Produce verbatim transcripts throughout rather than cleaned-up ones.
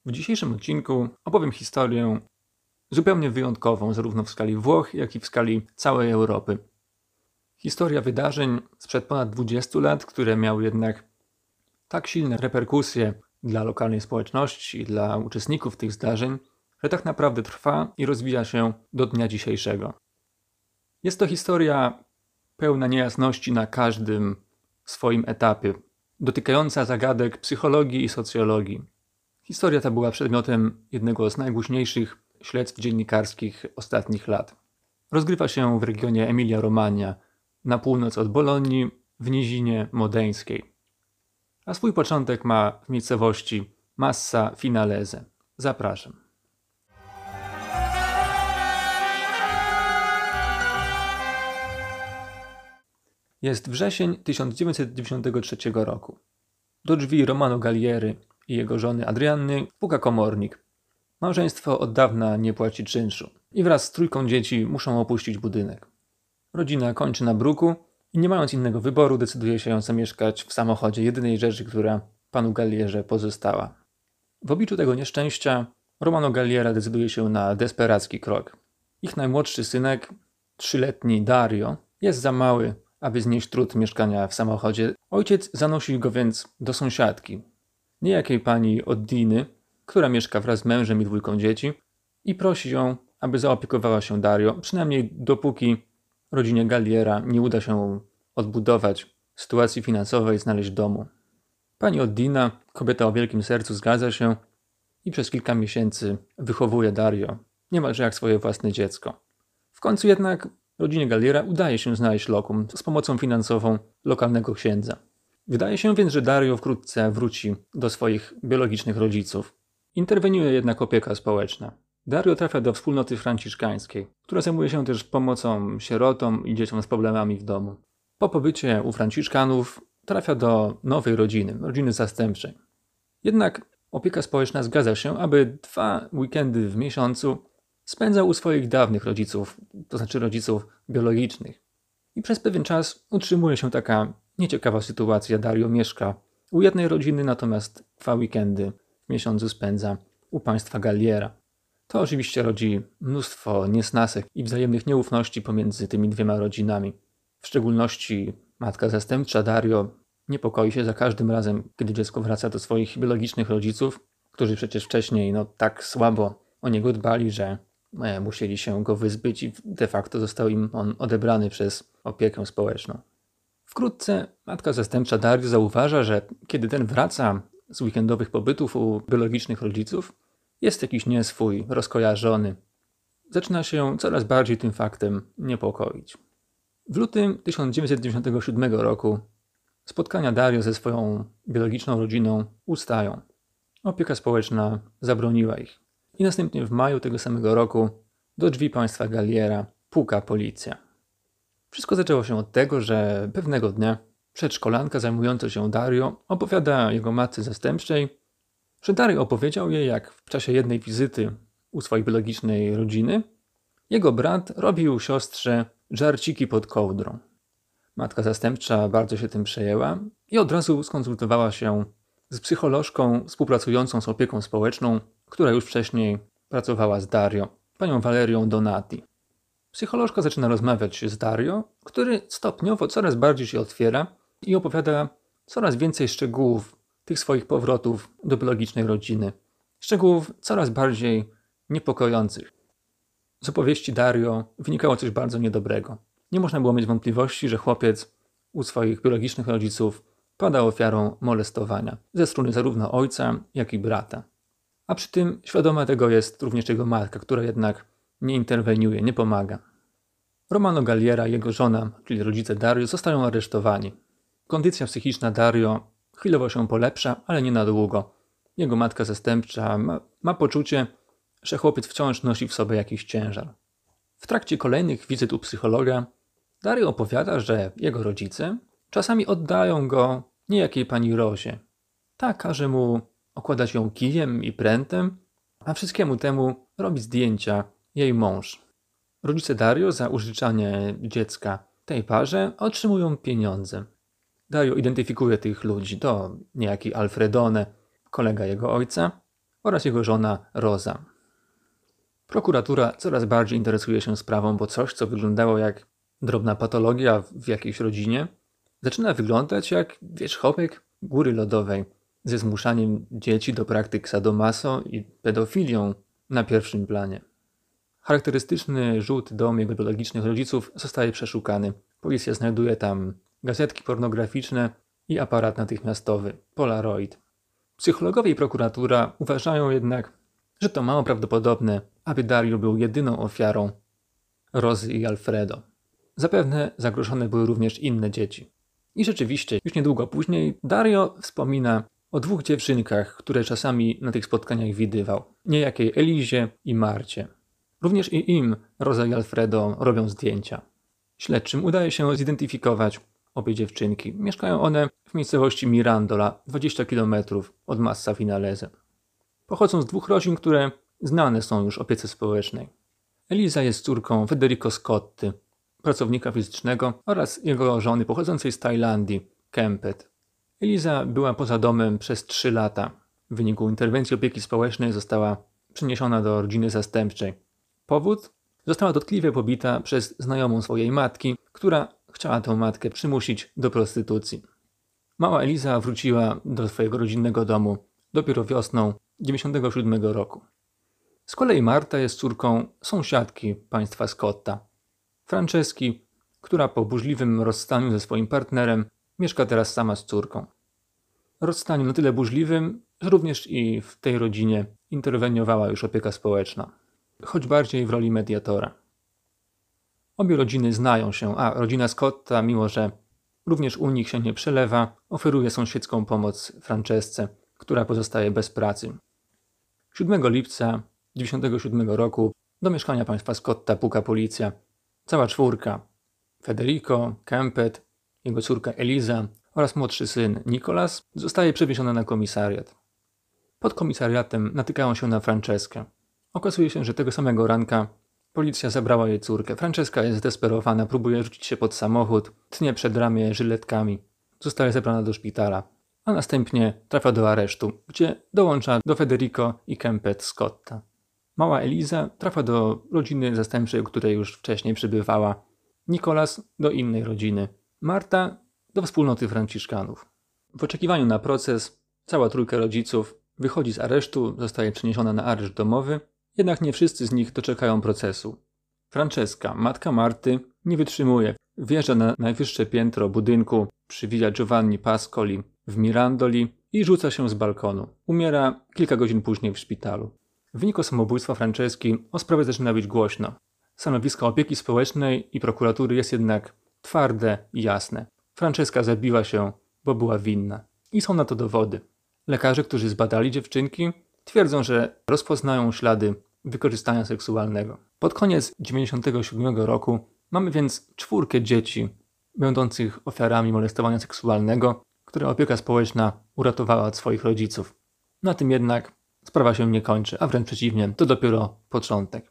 W dzisiejszym odcinku opowiem historię zupełnie wyjątkową, zarówno w skali Włoch, jak i w skali całej Europy. Historia wydarzeń sprzed ponad dwudziestu lat, które miały jednak tak silne reperkusje dla lokalnej społeczności i dla uczestników tych zdarzeń, że tak naprawdę trwa i rozwija się do dnia dzisiejszego. Jest to historia pełna niejasności na każdym swoim etapie, dotykająca zagadek psychologii i socjologii. Historia ta była przedmiotem jednego z najgłośniejszych śledztw dziennikarskich ostatnich lat. Rozgrywa się w regionie Emilia-Romagna, na północ od Bolonii, w nizinie modeńskiej. A swój początek ma w miejscowości Massa Finalese. Zapraszam. Jest wrzesień tysiąc dziewięćset dziewięćdziesiątego trzeciego roku. Do drzwi Romano Gallieri i jego żony Adrianny puka komornik. Małżeństwo od dawna nie płaci czynszu i wraz z trójką dzieci muszą opuścić budynek. Rodzina kończy na bruku i nie mając innego wyboru decyduje się zamieszkać w samochodzie, jedynej rzeczy, która panu Gallierze pozostała. W obliczu tego nieszczęścia Romano Galliera decyduje się na desperacki krok. Ich najmłodszy synek, trzyletni Dario, jest za mały, aby znieść trud mieszkania w samochodzie. Ojciec zanosi go więc do sąsiadki, niejakiej pani Oddiny, która mieszka wraz z mężem i dwójką dzieci, i prosi ją, aby zaopiekowała się Dario, przynajmniej dopóki rodzinie Galliera nie uda się odbudować sytuacji finansowej i znaleźć domu. Pani Oddina, kobieta o wielkim sercu, zgadza się i przez kilka miesięcy wychowuje Dario, niemalże jak swoje własne dziecko. W końcu jednak rodzinie Galliera udaje się znaleźć lokum z pomocą finansową lokalnego księdza. Wydaje się więc, że Dario wkrótce wróci do swoich biologicznych rodziców. Interweniuje jednak opieka społeczna. Dario trafia do wspólnoty franciszkańskiej, która zajmuje się też pomocą sierotom i dzieciom z problemami w domu. Po pobycie u franciszkanów trafia do nowej rodziny, rodziny zastępczej. Jednak opieka społeczna zgadza się, aby dwa weekendy w miesiącu spędzał u swoich dawnych rodziców, to znaczy rodziców biologicznych. I przez pewien czas utrzymuje się taka nieciekawa sytuacja. Dario mieszka u jednej rodziny, natomiast dwa weekendy w miesiącu spędza u państwa Galliera. To oczywiście rodzi mnóstwo niesnasek i wzajemnych nieufności pomiędzy tymi dwiema rodzinami. W szczególności matka zastępcza Dario niepokoi się za każdym razem, kiedy dziecko wraca do swoich biologicznych rodziców, którzy przecież wcześniej no, tak słabo o niego dbali, że e, musieli się go wyzbyć i de facto został im on odebrany przez opiekę społeczną. Wkrótce matka zastępcza Dario zauważa, że kiedy ten wraca z weekendowych pobytów u biologicznych rodziców, jest jakiś nieswój, rozkojarzony. Zaczyna się coraz bardziej tym faktem niepokoić. W lutym tysiąc dziewięćset dziewięćdziesiątego siódmego roku spotkania Dario ze swoją biologiczną rodziną ustają. Opieka społeczna zabroniła ich. I następnie w maju tego samego roku do drzwi państwa Galliera puka policja. Wszystko zaczęło się od tego, że pewnego dnia przedszkolanka zajmująca się Dario opowiada jego matce zastępczej, że Dario opowiedział jej, jak w czasie jednej wizyty u swojej biologicznej rodziny jego brat robił siostrze żarciki pod kołdrą. Matka zastępcza bardzo się tym przejęła i od razu skonsultowała się z psycholożką współpracującą z opieką społeczną, która już wcześniej pracowała z Dario, panią Valerią Donati. Psycholożka zaczyna rozmawiać z Dario, który stopniowo coraz bardziej się otwiera i opowiada coraz więcej szczegółów tych swoich powrotów do biologicznej rodziny. Szczegółów coraz bardziej niepokojących. Z opowieści Dario wynikało coś bardzo niedobrego. Nie można było mieć wątpliwości, że chłopiec u swoich biologicznych rodziców pada ofiarą molestowania ze strony zarówno ojca, jak i brata. A przy tym świadoma tego jest również jego matka, która jednak nie interweniuje, nie pomaga. Romano Galliera i jego żona, czyli rodzice Dario, zostają aresztowani. Kondycja psychiczna Dario chwilowo się polepsza, ale nie na długo. Jego matka zastępcza ma, ma poczucie, że chłopiec wciąż nosi w sobie jakiś ciężar. W trakcie kolejnych wizyt u psychologa Dario opowiada, że jego rodzice czasami oddają go niejakiej pani Rozie. Ta każe mu okładać ją kijem i prętem, a wszystkiemu temu robi zdjęcia jej mąż. Rodzice Dario za użyczanie dziecka tej parze otrzymują pieniądze. Dario identyfikuje tych ludzi. To niejaki Alfredone, kolega jego ojca, oraz jego żona Rosa. Prokuratura coraz bardziej interesuje się sprawą, bo coś, co wyglądało jak drobna patologia w jakiejś rodzinie, zaczyna wyglądać jak wierzchołek góry lodowej, ze zmuszaniem dzieci do praktyk sadomaso i pedofilią na pierwszym planie. Charakterystyczny żółty dom jego biologicznych rodziców zostaje przeszukany. Policja znajduje tam gazetki pornograficzne i aparat natychmiastowy, Polaroid. Psychologowie i prokuratura uważają jednak, że to mało prawdopodobne, aby Dario był jedyną ofiarą Rosy i Alfredo. Zapewne zagrożone były również inne dzieci. I rzeczywiście, już niedługo później Dario wspomina o dwóch dziewczynkach, które czasami na tych spotkaniach widywał. Niejakiej Elizie i Marcie. Również i im Rosa i Alfredo robią zdjęcia. Śledczym udaje się zidentyfikować obie dziewczynki. Mieszkają one w miejscowości Mirandola, dwadzieścia kilometrów od Massa Finalese. Pochodzą z dwóch rodzin, które znane są już opiece społecznej. Eliza jest córką Federico Scotty, pracownika fizycznego, oraz jego żony pochodzącej z Tajlandii, Kempet. Eliza była poza domem przez trzy lata. W wyniku interwencji opieki społecznej została przeniesiona do rodziny zastępczej. Powód? Została dotkliwie pobita przez znajomą swojej matki, która chciała tę matkę przymusić do prostytucji. Mała Eliza wróciła do swojego rodzinnego domu dopiero wiosną dziewięćdziesiątego siódmego roku. Z kolei Marta jest córką sąsiadki państwa Scotta, Franceski, która po burzliwym rozstaniu ze swoim partnerem mieszka teraz sama z córką. Rozstaniu na tyle burzliwym, że również i w tej rodzinie interweniowała już opieka społeczna, choć bardziej w roli mediatora. Obie rodziny znają się, a rodzina Scotta, mimo że również u nich się nie przelewa, oferuje sąsiedzką pomoc Francesce, która pozostaje bez pracy. siódmego lipca dziewięćdziesiątego siódmego roku do mieszkania państwa Scotta puka policja. Cała czwórka, Federico, Kempet, jego córka Eliza oraz młodszy syn Nicolas, zostaje przewieziona na komisariat. Pod komisariatem natykają się na Franceskę. Okazuje się, że tego samego ranka policja zabrała jej córkę. Franceska jest zdesperowana, próbuje rzucić się pod samochód, tnie przed ramię żyletkami. Zostaje zabrana do szpitala, a następnie trafia do aresztu, gdzie dołącza do Federico i Kempet Scotta. Mała Eliza trafia do rodziny zastępczej, u której już wcześniej przybywała. Nicolas do innej rodziny. Marta do wspólnoty franciszkanów. W oczekiwaniu na proces cała trójka rodziców wychodzi z aresztu, zostaje przeniesiona na areszt domowy, jednak nie wszyscy z nich doczekają procesu. Franceska, matka Marty, nie wytrzymuje. Wjeżdża na najwyższe piętro budynku przy Villa Giovanni Pascoli w Mirandoli i rzuca się z balkonu. Umiera kilka godzin później w szpitalu. W wyniku samobójstwa Franceski o sprawie zaczyna być głośno. Stanowisko opieki społecznej i prokuratury jest jednak twarde i jasne. Franceska zabiła się, bo była winna. I są na to dowody. Lekarze, którzy zbadali dziewczynki, twierdzą, że rozpoznają ślady wykorzystania seksualnego. Pod koniec dziewięćdziesiątego siódmego roku mamy więc czwórkę dzieci będących ofiarami molestowania seksualnego, które opieka społeczna uratowała od swoich rodziców. Na tym jednak sprawa się nie kończy, a wręcz przeciwnie, to dopiero początek.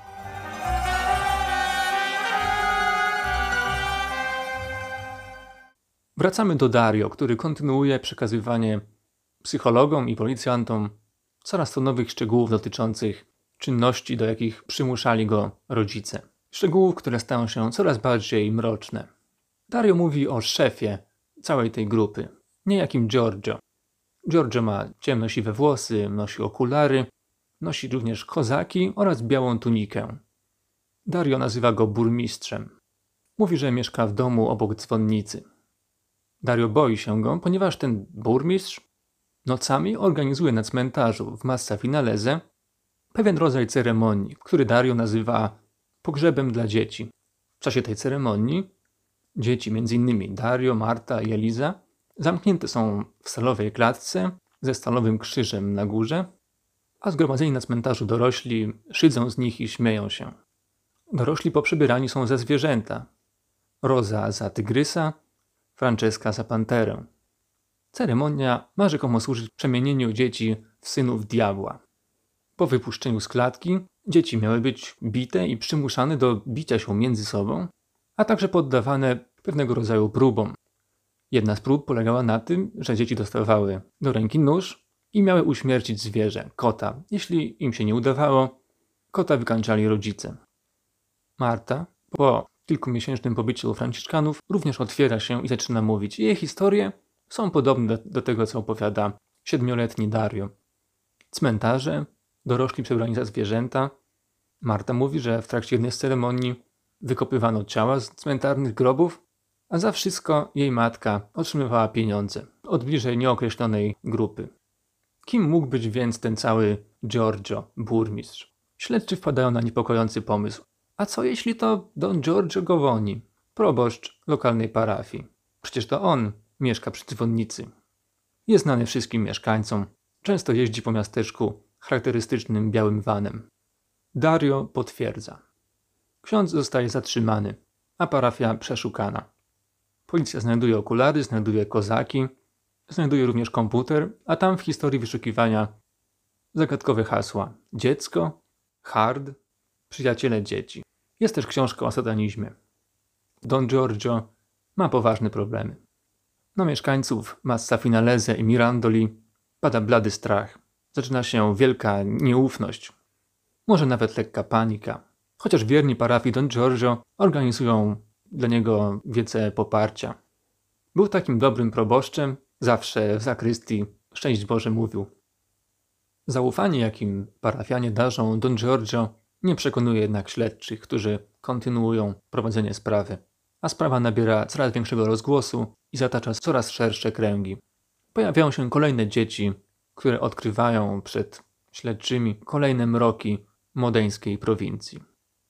Wracamy do Dario, który kontynuuje przekazywanie psychologom i policjantom coraz to nowych szczegółów dotyczących czynności, do jakich przymuszali go rodzice. Szczegółów, które stają się coraz bardziej mroczne. Dario mówi o szefie całej tej grupy, niejakim Giorgio. Giorgio ma ciemnosiwe włosy, nosi okulary, nosi również kozaki oraz białą tunikę. Dario nazywa go burmistrzem. Mówi, że mieszka w domu obok dzwonnicy. Dario boi się go, ponieważ ten burmistrz nocami organizuje na cmentarzu w Massa Finalese pewien rodzaj ceremonii, który Dario nazywa pogrzebem dla dzieci. W czasie tej ceremonii dzieci, między innymi Dario, Marta i Eliza, zamknięte są w stalowej klatce ze stalowym krzyżem na górze, a zgromadzeni na cmentarzu dorośli szydzą z nich i śmieją się. Dorośli poprzebierani są za zwierzęta. Rosa za tygrysa, Franceska za panterę. Ceremonia ma rzekomo służyć przemienieniu dzieci w synów diabła. Po wypuszczeniu z klatki dzieci miały być bite i przymuszane do bicia się między sobą, a także poddawane pewnego rodzaju próbom. Jedna z prób polegała na tym, że dzieci dostawały do ręki nóż i miały uśmiercić zwierzę, kota. Jeśli im się nie udawało, kota wykańczali rodzice. Marta, po kilkumiesięcznym pobyciu u Franciszkanów, również otwiera się i zaczyna mówić. Jej historie są podobne do, do tego, co opowiada siedmioletni Dario. Cmentarze, dorośli przebrani za zwierzęta. Marta mówi, że w trakcie jednej z ceremonii wykopywano ciała z cmentarnych grobów, a za wszystko jej matka otrzymywała pieniądze od bliżej nieokreślonej grupy. Kim mógł być więc ten cały Giorgio, burmistrz? Śledczy wpadają na niepokojący pomysł. A co jeśli to Don Giorgio Govoni, proboszcz lokalnej parafii? Przecież to on mieszka przy dzwonnicy. Jest znany wszystkim mieszkańcom. Często jeździ po miasteczku charakterystycznym białym vanem. Dario potwierdza. Ksiądz zostaje zatrzymany, a parafia przeszukana. Policja znajduje okulary, znajduje kozaki, znajduje również komputer, a tam w historii wyszukiwania zagadkowe hasła: dziecko, hard, przyjaciele dzieci. Jest też książka o satanizmie. Don Giorgio ma poważne problemy. Na mieszkańców Massa Finalese i Mirandoli pada blady strach. Zaczyna się wielka nieufność. Może nawet lekka panika. Chociaż wierni parafii Don Giorgio organizują dla niego wiece poparcia. Był takim dobrym proboszczem, zawsze w zakrystii szczęść Boże mówił. Zaufanie, jakim parafianie darzą Don Giorgio, nie przekonuje jednak śledczych, którzy kontynuują prowadzenie sprawy, a sprawa nabiera coraz większego rozgłosu i zatacza coraz szersze kręgi. Pojawiają się kolejne dzieci, które odkrywają przed śledczymi kolejne mroki modeńskiej prowincji.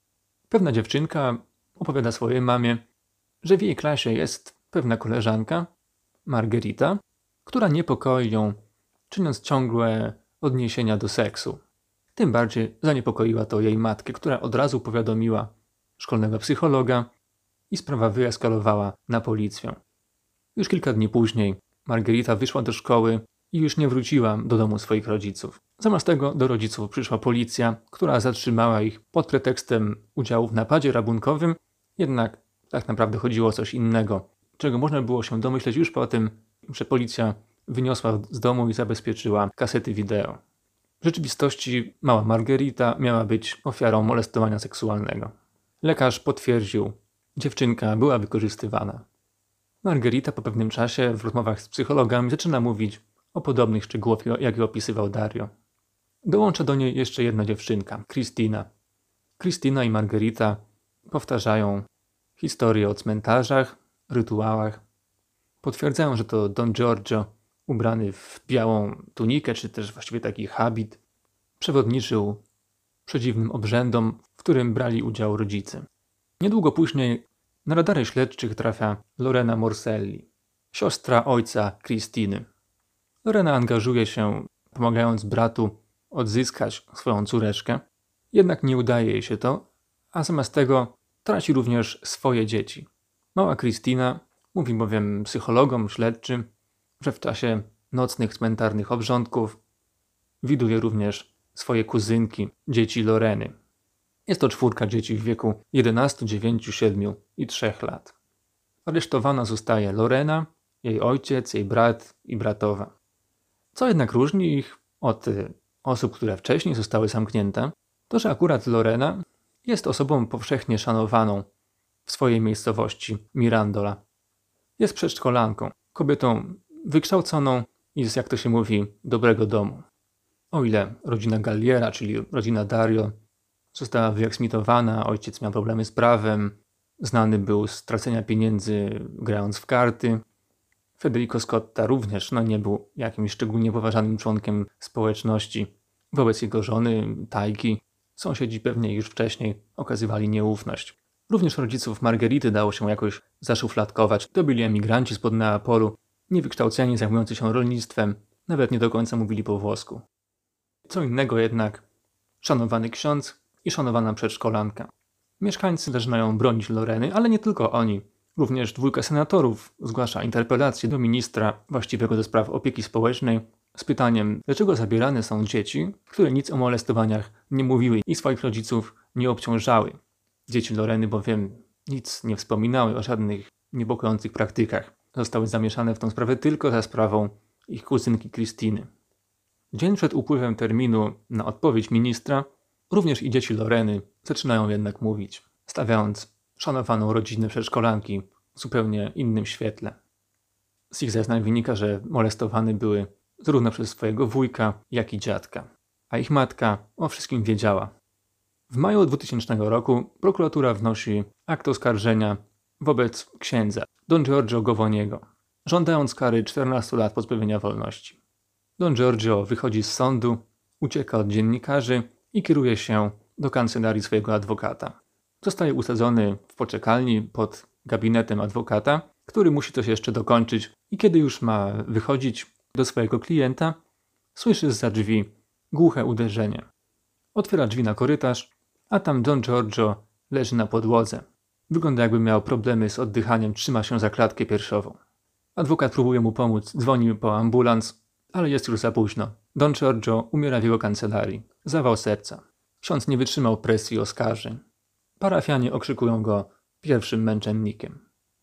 Pewna dziewczynka opowiada swojej mamie, że w jej klasie jest pewna koleżanka, Margherita, która niepokoi ją, czyniąc ciągłe odniesienia do seksu. Tym bardziej zaniepokoiła to jej matkę, która od razu powiadomiła szkolnego psychologa i sprawa wyeskalowała na policję. Już kilka dni później Margherita wyszła do szkoły i już nie wróciła do domu swoich rodziców. Zamiast tego do rodziców przyszła policja, która zatrzymała ich pod pretekstem udziału w napadzie rabunkowym, jednak tak naprawdę chodziło o coś innego, czego można było się domyśleć już po tym, że policja wyniosła z domu i zabezpieczyła kasety wideo. W rzeczywistości mała Margherita miała być ofiarą molestowania seksualnego. Lekarz potwierdził, dziewczynka była wykorzystywana. Margherita po pewnym czasie w rozmowach z psychologami zaczyna mówić o podobnych szczegółach, jak je opisywał Dario. Dołącza do niej jeszcze jedna dziewczynka, Cristina. Cristina i Margherita powtarzają historię o cmentarzach, rytuałach. Potwierdzają, że to Don Giorgio, ubrany w białą tunikę, czy też właściwie taki habit, przewodniczył przedziwnym obrzędom, w którym brali udział rodzice. Niedługo później na radary śledczych trafia Lorena Morselli, siostra ojca Cristiny. Lorena angażuje się, pomagając bratu odzyskać swoją córeczkę, jednak nie udaje jej się to, a zamiast tego traci również swoje dzieci. Mała Cristina mówi bowiem psychologom śledczym, że w czasie nocnych cmentarnych obrządków widuje również swoje kuzynki, dzieci Loreny. Jest to czwórka dzieci w wieku jedenastu, dziewięciu, siedmiu i trzech lat. Aresztowana zostaje Lorena, jej ojciec, jej brat i bratowa. Co jednak różni ich od y, osób, które wcześniej zostały zamknięte, to że akurat Lorena jest osobą powszechnie szanowaną w swojej miejscowości Mirandola. Jest przedszkolanką, kobietą wykształconą i z, jak to się mówi, dobrego domu. O ile rodzina Galliera, czyli rodzina Dario, została wyeksmitowana, ojciec miał problemy z prawem, znany był z tracenia pieniędzy grając w karty. Federico Scotta również no, nie był jakimś szczególnie poważanym członkiem społeczności. Wobec jego żony, Tajki, sąsiedzi pewnie już wcześniej okazywali nieufność. Również rodziców Margherity dało się jakoś zaszufladkować. To byli emigranci spod Neapolu, niewykształceni, zajmujący się rolnictwem, nawet nie do końca mówili po włosku. Co innego jednak szanowany ksiądz i szanowana przedszkolanka. Mieszkańcy zaczynają bronić Loreny, ale nie tylko oni. Również dwójka senatorów zgłasza interpelację do ministra właściwego do spraw opieki społecznej z pytaniem, dlaczego zabierane są dzieci, które nic o molestowaniach nie mówiły i swoich rodziców nie obciążały. Dzieci Loreny bowiem nic nie wspominały o żadnych niepokojących praktykach. Zostały zamieszane w tę sprawę tylko za sprawą ich kuzynki Cristiny. Dzień przed upływem terminu na odpowiedź ministra, również i dzieci Loreny zaczynają jednak mówić, stawiając szanowaną rodzinę przedszkolanki w zupełnie innym świetle. Z ich zeznań wynika, że molestowane były zarówno przez swojego wujka, jak i dziadka, a ich matka o wszystkim wiedziała. W maju dwutysięcznego roku prokuratura wnosi akt oskarżenia wobec księdza Don Giorgio Gowoniego, żądając kary czternastu lat pozbawienia wolności. Don Giorgio wychodzi z sądu, ucieka od dziennikarzy i kieruje się do kancelarii swojego adwokata. Zostaje usadzony w poczekalni pod gabinetem adwokata, który musi coś jeszcze dokończyć i kiedy już ma wychodzić do swojego klienta, słyszy zza drzwi głuche uderzenie. Otwiera drzwi na korytarz, a tam Don Giorgio leży na podłodze. Wygląda, jakby miał problemy z oddychaniem, trzyma się za klatkę piersiową. Adwokat próbuje mu pomóc, dzwoni po ambulans, ale jest już za późno. Don Giorgio umiera w jego kancelarii. Zawał serca. Ksiądz nie wytrzymał presji oskarżeń. Parafianie okrzykują go pierwszym męczennikiem.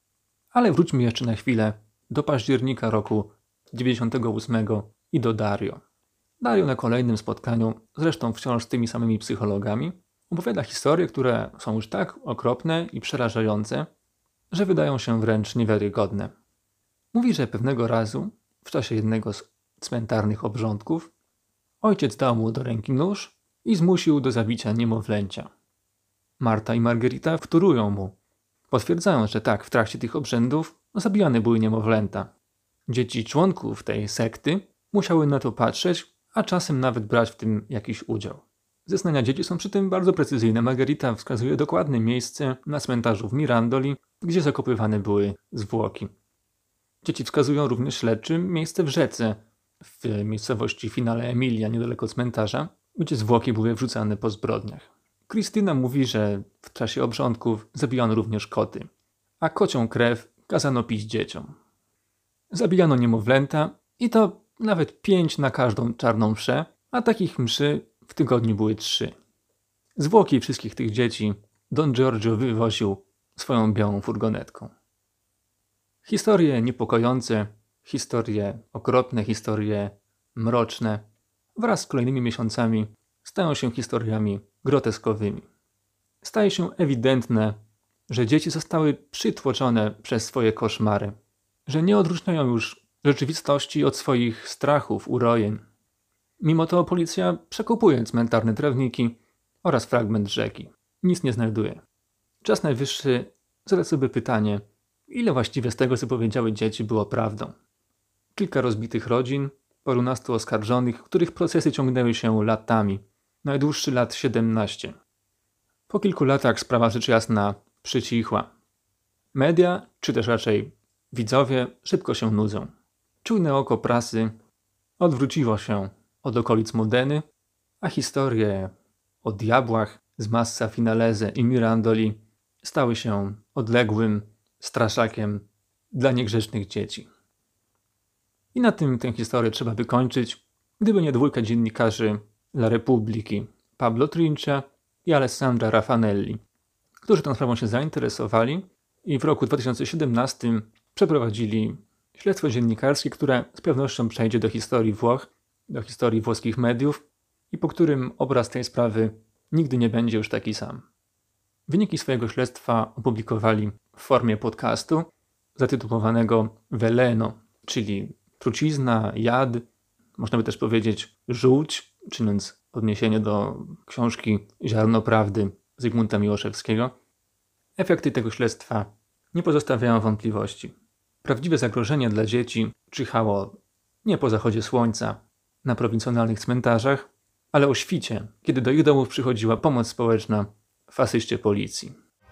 Ale wróćmy jeszcze na chwilę do października roku dziewięćdziesiątego ósmego i do Dario. Dario na kolejnym spotkaniu, zresztą wciąż z tymi samymi psychologami, opowiada historie, które są już tak okropne i przerażające, że wydają się wręcz niewiarygodne. Mówi, że pewnego razu, w czasie jednego z cmentarnych obrządków, ojciec dał mu do ręki nóż i zmusił do zabicia niemowlęcia. Marta i Margherita wtórują mu, potwierdzając, że tak, w trakcie tych obrzędów zabijane były niemowlęta. Dzieci członków tej sekty musiały na to patrzeć, a czasem nawet brać w tym jakiś udział. Zeznania dzieci są przy tym bardzo precyzyjne. Margherita wskazuje dokładne miejsce na cmentarzu w Mirandoli, gdzie zakopywane były zwłoki. Dzieci wskazują również śledczym miejsce w rzece, w miejscowości Finale Emilia, niedaleko cmentarza, gdzie zwłoki były wrzucane po zbrodniach. Krystyna mówi, że w czasie obrządków zabijano również koty, a kocią krew kazano pić dzieciom. Zabijano niemowlęta i to nawet pięć na każdą czarną mszę, a takich mszy w tygodniu były trzy. Zwłoki wszystkich tych dzieci Don Giorgio wywoził swoją białą furgonetką. Historie niepokojące, historie okropne, historie mroczne wraz z kolejnymi miesiącami stają się historiami groteskowymi. Staje się ewidentne, że dzieci zostały przytłoczone przez swoje koszmary, że nie odróżniają już rzeczywistości od swoich strachów, urojeń. Mimo to policja przekopuje cmentarne trawniki oraz fragment rzeki. Nic nie znajduje. Czas najwyższy zadać sobie pytanie, ile właściwie z tego, co powiedziały dzieci, było prawdą. Kilka rozbitych rodzin, parunastu oskarżonych, których procesy ciągnęły się latami. Najdłuższy lat siedemnaście. Po kilku latach sprawa rzecz jasna przycichła. Media, czy też raczej widzowie, szybko się nudzą. Czujne oko prasy odwróciło się od okolic Modeny, a historie o diabłach z Massa Finalese i Mirandoli stały się odległym straszakiem dla niegrzecznych dzieci. I na tym tę historię trzeba by kończyć, gdyby nie dwójka dziennikarzy La Repubbliki, Pablo Trincia i Alessandra Raffanelli, którzy tą sprawą się zainteresowali i w roku dwa tysiące siedemnastym przeprowadzili śledztwo dziennikarskie, które z pewnością przejdzie do historii Włoch, do historii włoskich mediów i po którym obraz tej sprawy nigdy nie będzie już taki sam. Wyniki swojego śledztwa opublikowali w formie podcastu zatytułowanego Veleno, czyli trucizna, jad, można by też powiedzieć żółć, czyniąc odniesienie do książki Ziarno Prawdy Zygmunta Miłoszewskiego. Efekty tego śledztwa nie pozostawiają wątpliwości. Prawdziwe zagrożenie dla dzieci czyhało nie po zachodzie słońca na prowincjonalnych cmentarzach, ale o świcie, kiedy do ich domów przychodziła pomoc społeczna w asyście policji.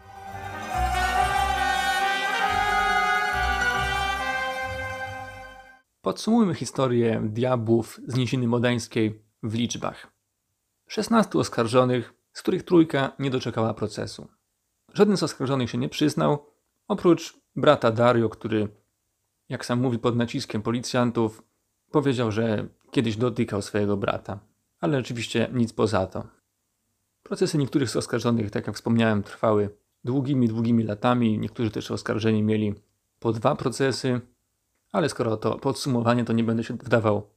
Podsumujmy historię diabłów z Niziny Modeńskiej w liczbach. szesnastu oskarżonych, z których trójka nie doczekała procesu. Żaden z oskarżonych się nie przyznał, oprócz brata Dario, który, jak sam mówi pod naciskiem policjantów, powiedział, że kiedyś dotykał swojego brata. Ale oczywiście nic poza to. Procesy niektórych z oskarżonych, tak jak wspomniałem, trwały długimi, długimi latami. Niektórzy też oskarżeni mieli po dwa procesy, ale skoro to podsumowanie, to nie będę się wdawał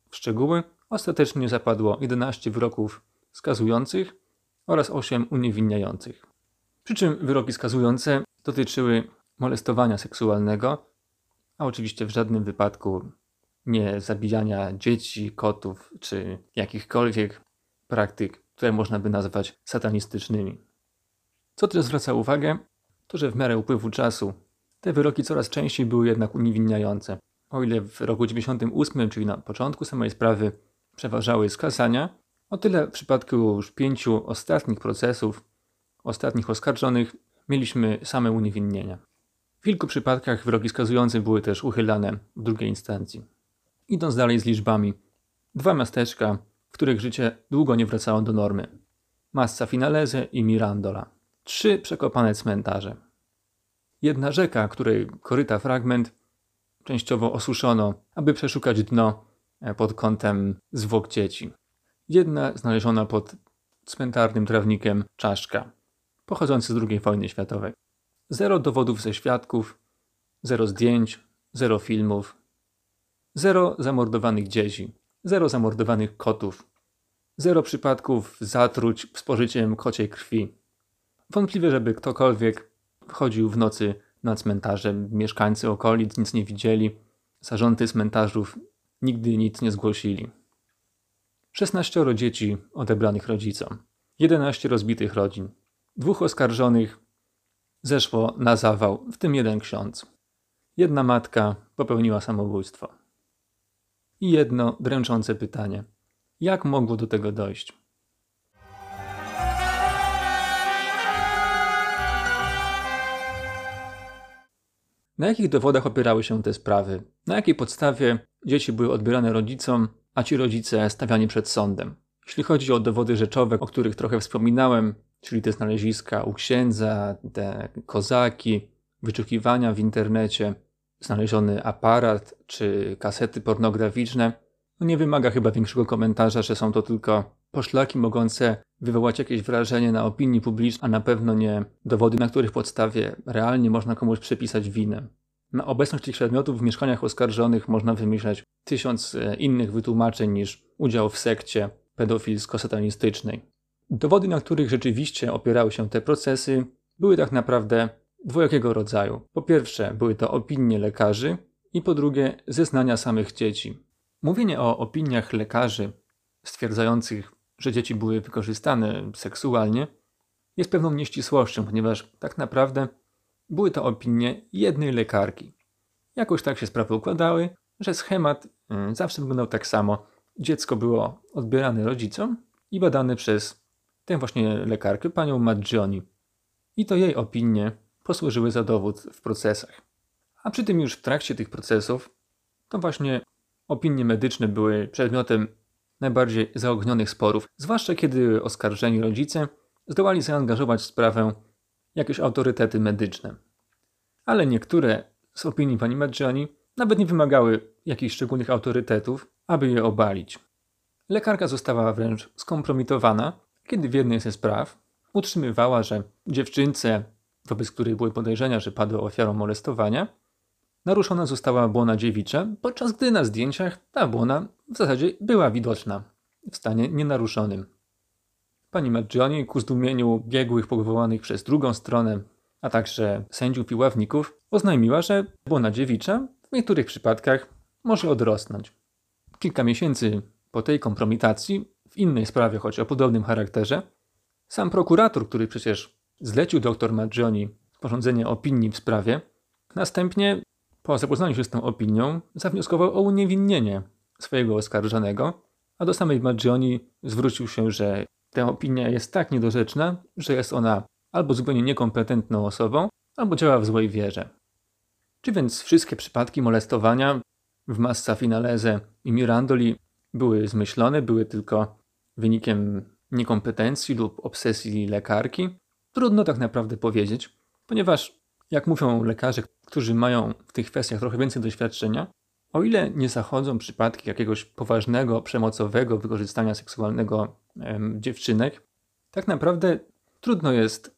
w szczegóły, ostatecznie zapadło jedenaście wyroków skazujących oraz osiem uniewinniających. Przy czym wyroki skazujące dotyczyły molestowania seksualnego, a oczywiście w żadnym wypadku nie zabijania dzieci, kotów czy jakichkolwiek praktyk, które można by nazwać satanistycznymi. Co też zwraca uwagę, to że w miarę upływu czasu te wyroki coraz częściej były jednak uniewinniające. O ile w roku dziewięćdziesiątym ósmym, czyli na początku samej sprawy, przeważały skazania, o tyle w przypadku już pięciu ostatnich procesów, ostatnich oskarżonych, mieliśmy same uniewinnienia. W kilku przypadkach wyroki skazujące były też uchylane w drugiej instancji. Idąc dalej z liczbami, dwa miasteczka, w których życie długo nie wracało do normy. Massa Finalese i Mirandola. Trzy przekopane cmentarze. Jedna rzeka, której koryta fragment częściowo osuszono, aby przeszukać dno pod kątem zwłok dzieci. Jedna znaleziona pod cmentarnym trawnikiem czaszka, pochodzący z drugiej wojny światowej. Zero dowodów ze świadków, zero zdjęć, zero filmów, zero zamordowanych dzieci, zero zamordowanych kotów, zero przypadków zatruć spożyciem kociej krwi. Wątpliwe, żeby ktokolwiek wchodził w nocy na cmentarze. Mieszkańcy okolic nic nie widzieli, zarządy cmentarzów nigdy nic nie zgłosili. szesnaścioro dzieci odebranych rodzicom, jedenaście rozbitych rodzin, dwóch oskarżonych zeszło na zawał, w tym jeden ksiądz. Jedna matka popełniła samobójstwo. I jedno dręczące pytanie. Jak mogło do tego dojść? Na jakich dowodach opierały się te sprawy? Na jakiej podstawie dzieci były odbierane rodzicom, a ci rodzice stawiani przed sądem? Jeśli chodzi o dowody rzeczowe, o których trochę wspominałem, czyli te znaleziska u księdza, te kozaki, wyczukiwania w internecie, znaleziony aparat czy kasety pornograficzne, no nie wymaga chyba większego komentarza, że są to tylko poszlaki mogące wywołać jakieś wrażenie na opinii publicznej, a na pewno nie dowody, na których podstawie realnie można komuś przypisać winę. Na obecność tych przedmiotów w mieszkaniach oskarżonych można wymyślać tysiąc innych wytłumaczeń niż udział w sekcie pedofilsko-satanistycznej. Dowody, na których rzeczywiście opierały się te procesy, były tak naprawdę dwojakiego rodzaju. Po pierwsze, były to opinie lekarzy i po drugie, zeznania samych dzieci. Mówienie o opiniach lekarzy stwierdzających, że dzieci były wykorzystane seksualnie, jest pewną nieścisłością, ponieważ tak naprawdę były to opinie jednej lekarki. Jakoś tak się sprawy układały, że schemat zawsze wyglądał tak samo. Dziecko było odbierane rodzicom i badane przez tę właśnie lekarkę, panią Maggioni. I to jej opinie posłużyły za dowód w procesach. A przy tym już w trakcie tych procesów to właśnie opinie medyczne były przedmiotem najbardziej zaognionych sporów, zwłaszcza kiedy oskarżeni rodzice zdołali zaangażować w sprawę jakieś autorytety medyczne. Ale niektóre z opinii pani Maggioni nawet nie wymagały jakichś szczególnych autorytetów, aby je obalić. Lekarka została wręcz skompromitowana, kiedy w jednej ze spraw utrzymywała, że dziewczynce, wobec której były podejrzenia, że padła ofiarą molestowania, naruszona została błona dziewicza, podczas gdy na zdjęciach ta błona w zasadzie była widoczna w stanie nienaruszonym. Pani Maggioni ku zdumieniu biegłych powołanych przez drugą stronę, a także sędziów i ławników, oznajmiła, że błona dziewicza w niektórych przypadkach może odrosnąć. Kilka miesięcy po tej kompromitacji, w innej sprawie, choć o podobnym charakterze, sam prokurator, który przecież zlecił dr Maggioni sporządzenie opinii w sprawie, następnie po zapoznaniu się z tą opinią zawnioskował o uniewinnienie swojego oskarżonego, a do samej Maggioni zwrócił się, że ta opinia jest tak niedorzeczna, że jest ona albo zupełnie niekompetentną osobą, albo działa w złej wierze. Czy więc wszystkie przypadki molestowania w Massa Finalese i Mirandoli były zmyślone, były tylko wynikiem niekompetencji lub obsesji lekarki? Trudno tak naprawdę powiedzieć, ponieważ, jak mówią lekarze, którzy mają w tych kwestiach trochę więcej doświadczenia, o ile nie zachodzą przypadki jakiegoś poważnego, przemocowego wykorzystania seksualnego em, dziewczynek, tak naprawdę trudno jest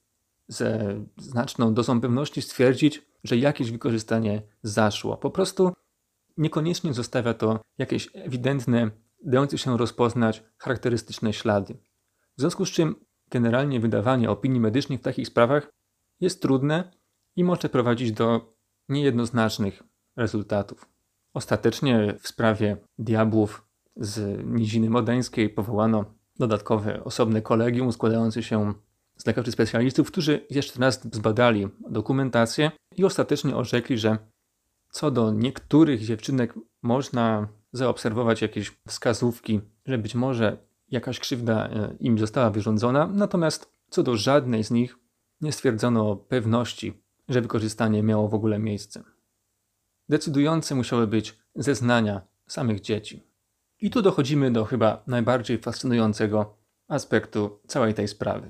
ze znaczną dozą pewności stwierdzić, że jakieś wykorzystanie zaszło. Po prostu niekoniecznie zostawia to jakieś ewidentne, dające się rozpoznać charakterystyczne ślady. W związku z czym generalnie wydawanie opinii medycznych w takich sprawach jest trudne i może prowadzić do niejednoznacznych rezultatów. Ostatecznie w sprawie diabłów z Niziny Modeńskiej powołano dodatkowe osobne kolegium składające się z lekarzy specjalistów, którzy jeszcze raz zbadali dokumentację i ostatecznie orzekli, że co do niektórych dziewczynek można zaobserwować jakieś wskazówki, że być może jakaś krzywda im została wyrządzona, natomiast co do żadnej z nich nie stwierdzono pewności, że wykorzystanie miało w ogóle miejsce. Decydujące musiały być zeznania samych dzieci. I tu dochodzimy do chyba najbardziej fascynującego aspektu całej tej sprawy.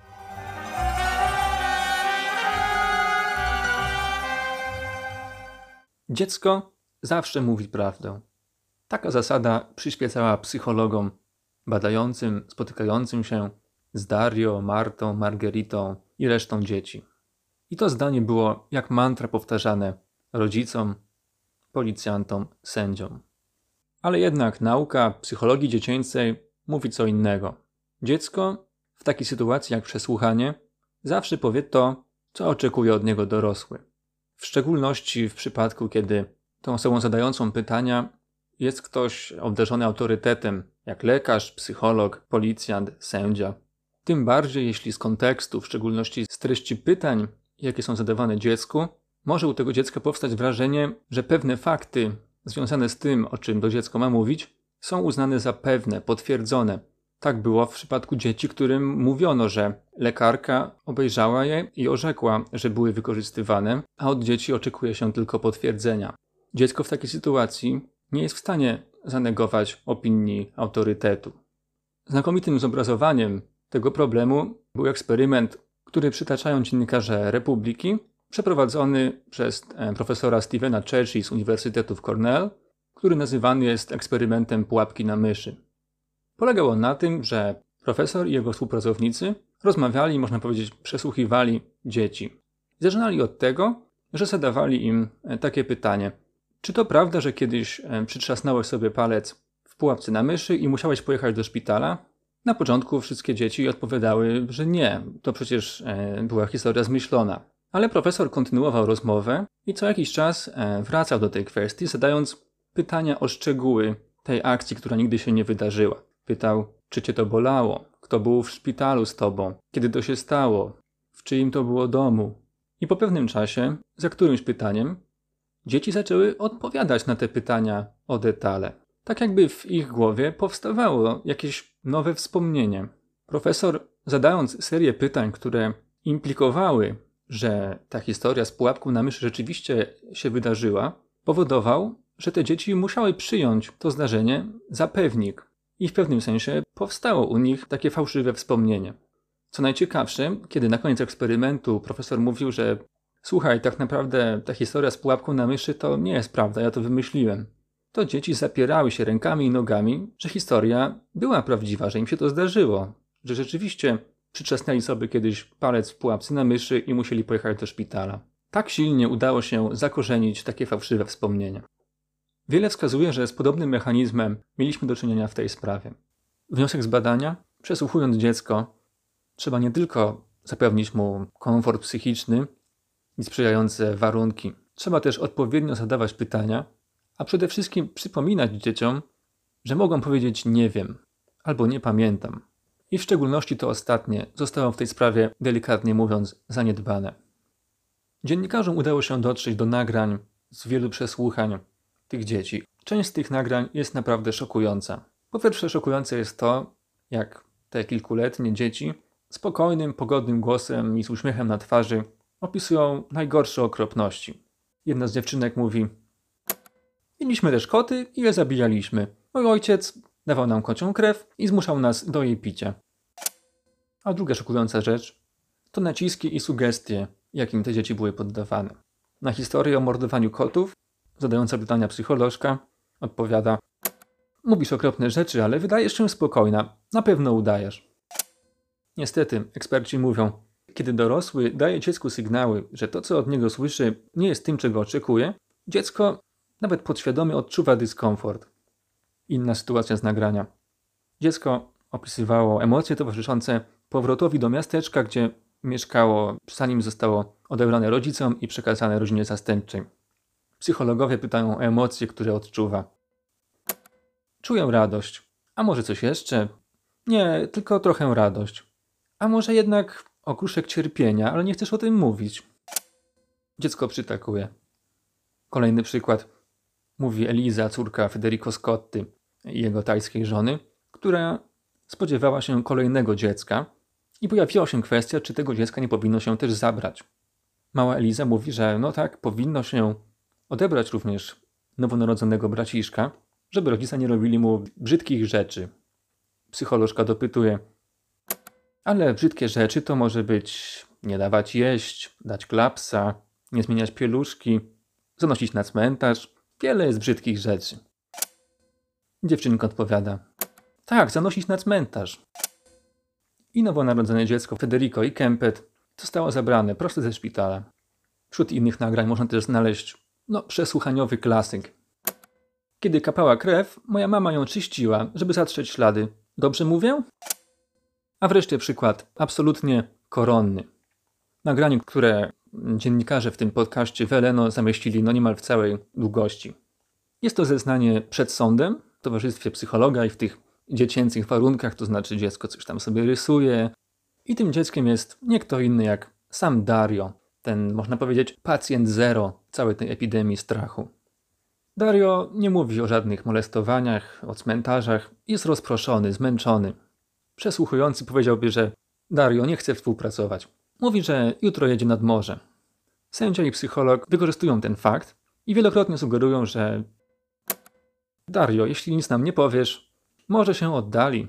Dziecko zawsze mówi prawdę. Taka zasada przyświecała psychologom badającym, spotykającym się z Dario, Martą, Margeritą i resztą dzieci. I to zdanie było jak mantra powtarzane rodzicom, policjantom, sędziom. Ale jednak nauka psychologii dziecięcej mówi co innego. Dziecko w takiej sytuacji jak przesłuchanie zawsze powie to, co oczekuje od niego dorosły. W szczególności w przypadku, kiedy tą osobą zadającą pytania jest ktoś obdarzony autorytetem, jak lekarz, psycholog, policjant, sędzia. Tym bardziej, jeśli z kontekstu, w szczególności z treści pytań, jakie są zadawane dziecku, może u tego dziecka powstać wrażenie, że pewne fakty związane z tym, o czym to dziecko ma mówić, są uznane za pewne, potwierdzone. Tak było w przypadku dzieci, którym mówiono, że lekarka obejrzała je i orzekła, że były wykorzystywane, a od dzieci oczekuje się tylko potwierdzenia. Dziecko w takiej sytuacji nie jest w stanie zanegować opinii autorytetu. Znakomitym zobrazowaniem tego problemu był eksperyment, który przytaczają dziennikarze Republiki, przeprowadzony przez profesora Stephena Churchi z Uniwersytetu w Cornell, który nazywany jest eksperymentem pułapki na myszy. Polegał on na tym, że profesor i jego współpracownicy rozmawiali, można powiedzieć, przesłuchiwali dzieci. Zaczynali od tego, że zadawali im takie pytanie: czy to prawda, że kiedyś przytrzasnąłeś sobie palec w pułapce na myszy i musiałeś pojechać do szpitala? Na początku wszystkie dzieci odpowiadały, że nie, to przecież była historia zmyślona. Ale profesor kontynuował rozmowę i co jakiś czas wracał do tej kwestii, zadając pytania o szczegóły tej akcji, która nigdy się nie wydarzyła. Pytał, czy cię to bolało, kto był w szpitalu z tobą, kiedy to się stało, w czyim to było domu. I po pewnym czasie, za którymś pytaniem, dzieci zaczęły odpowiadać na te pytania o detale. Tak jakby w ich głowie powstawało jakieś nowe wspomnienie. Profesor, zadając serię pytań, które implikowały, że ta historia z pułapką na myszy rzeczywiście się wydarzyła, powodował, że te dzieci musiały przyjąć to zdarzenie za pewnik. I w pewnym sensie powstało u nich takie fałszywe wspomnienie. Co najciekawsze, kiedy na koniec eksperymentu profesor mówił, że słuchaj, tak naprawdę ta historia z pułapką na myszy to nie jest prawda, ja to wymyśliłem. To dzieci zapierały się rękami i nogami, że historia była prawdziwa, że im się to zdarzyło, że rzeczywiście przytrzasnęli sobie kiedyś palec w pułapce na myszy i musieli pojechać do szpitala. Tak silnie udało się zakorzenić takie fałszywe wspomnienia. Wiele wskazuje, że z podobnym mechanizmem mieliśmy do czynienia w tej sprawie. Wniosek z badania: przesłuchując dziecko, trzeba nie tylko zapewnić mu komfort psychiczny i sprzyjające warunki. Trzeba też odpowiednio zadawać pytania, a przede wszystkim przypominać dzieciom, że mogą powiedzieć nie wiem albo nie pamiętam. I w szczególności to ostatnie zostało w tej sprawie, delikatnie mówiąc, zaniedbane. Dziennikarzom udało się dotrzeć do nagrań z wielu przesłuchań tych dzieci. Część z tych nagrań jest naprawdę szokująca. Po pierwsze, szokujące jest to, jak te kilkuletnie dzieci spokojnym, pogodnym głosem i z uśmiechem na twarzy opisują najgorsze okropności. Jedna z dziewczynek mówi: mieliśmy też koty i je zabijaliśmy. Mój ojciec dawał nam kocią krew i zmuszał nas do jej picia. A druga szokująca rzecz to naciski i sugestie, jakim te dzieci były poddawane. Na historię o mordowaniu kotów zadająca pytania psycholożka odpowiada: mówisz okropne rzeczy, ale wydajesz się spokojna. Na pewno udajesz. Niestety, eksperci mówią, kiedy dorosły daje dziecku sygnały, że to, co od niego słyszy, nie jest tym, czego oczekuje, dziecko Nawet podświadomie odczuwa dyskomfort. Inna sytuacja z nagrania. Dziecko opisywało emocje towarzyszące powrotowi do miasteczka, gdzie mieszkało, zanim zostało odebrane rodzicom i przekazane rodzinie zastępczej. Psychologowie pytają o emocje, które odczuwa. Czuję radość. A może coś jeszcze? Nie, tylko trochę radość. A może jednak okruszek cierpienia, ale nie chcesz o tym mówić. Dziecko przytakuje. Kolejny przykład. Mówi Eliza, córka Federico Scotti i jego tajskiej żony, która spodziewała się kolejnego dziecka i pojawiła się kwestia, czy tego dziecka nie powinno się też zabrać. Mała Eliza mówi, że no tak, powinno się odebrać również nowonarodzonego braciszka, żeby rodzice nie robili mu brzydkich rzeczy. Psycholożka dopytuje, ale brzydkie rzeczy to może być nie dawać jeść, dać klapsa, nie zmieniać pieluszki, zanosić na cmentarz. Wiele jest brzydkich rzeczy. Dziewczynka odpowiada, tak, zanosić na cmentarz. I nowonarodzone dziecko Federico i Kempet zostało zabrane prosto ze szpitala. Wśród innych nagrań można też znaleźć no, przesłuchaniowy klasyk. Kiedy kapała krew, moja mama ją czyściła, żeby zatrzeć ślady. Dobrze mówię? A wreszcie przykład absolutnie koronny. Nagranie, które dziennikarze w tym podcaście Veleno zamieścili no niemal w całej długości. Jest to zeznanie przed sądem, w towarzystwie psychologa i w tych dziecięcych warunkach, to znaczy dziecko coś tam sobie rysuje. I tym dzieckiem jest nie kto inny jak sam Dario, ten, można powiedzieć, pacjent zero całej tej epidemii strachu. Dario nie mówi o żadnych molestowaniach, o cmentarzach, jest rozproszony, zmęczony. Przesłuchujący powiedziałby, że Dario nie chce współpracować. Mówi, że jutro jedzie nad morze. Sędzia i psycholog wykorzystują ten fakt i wielokrotnie sugerują, że Dario, jeśli nic nam nie powiesz, może się oddali.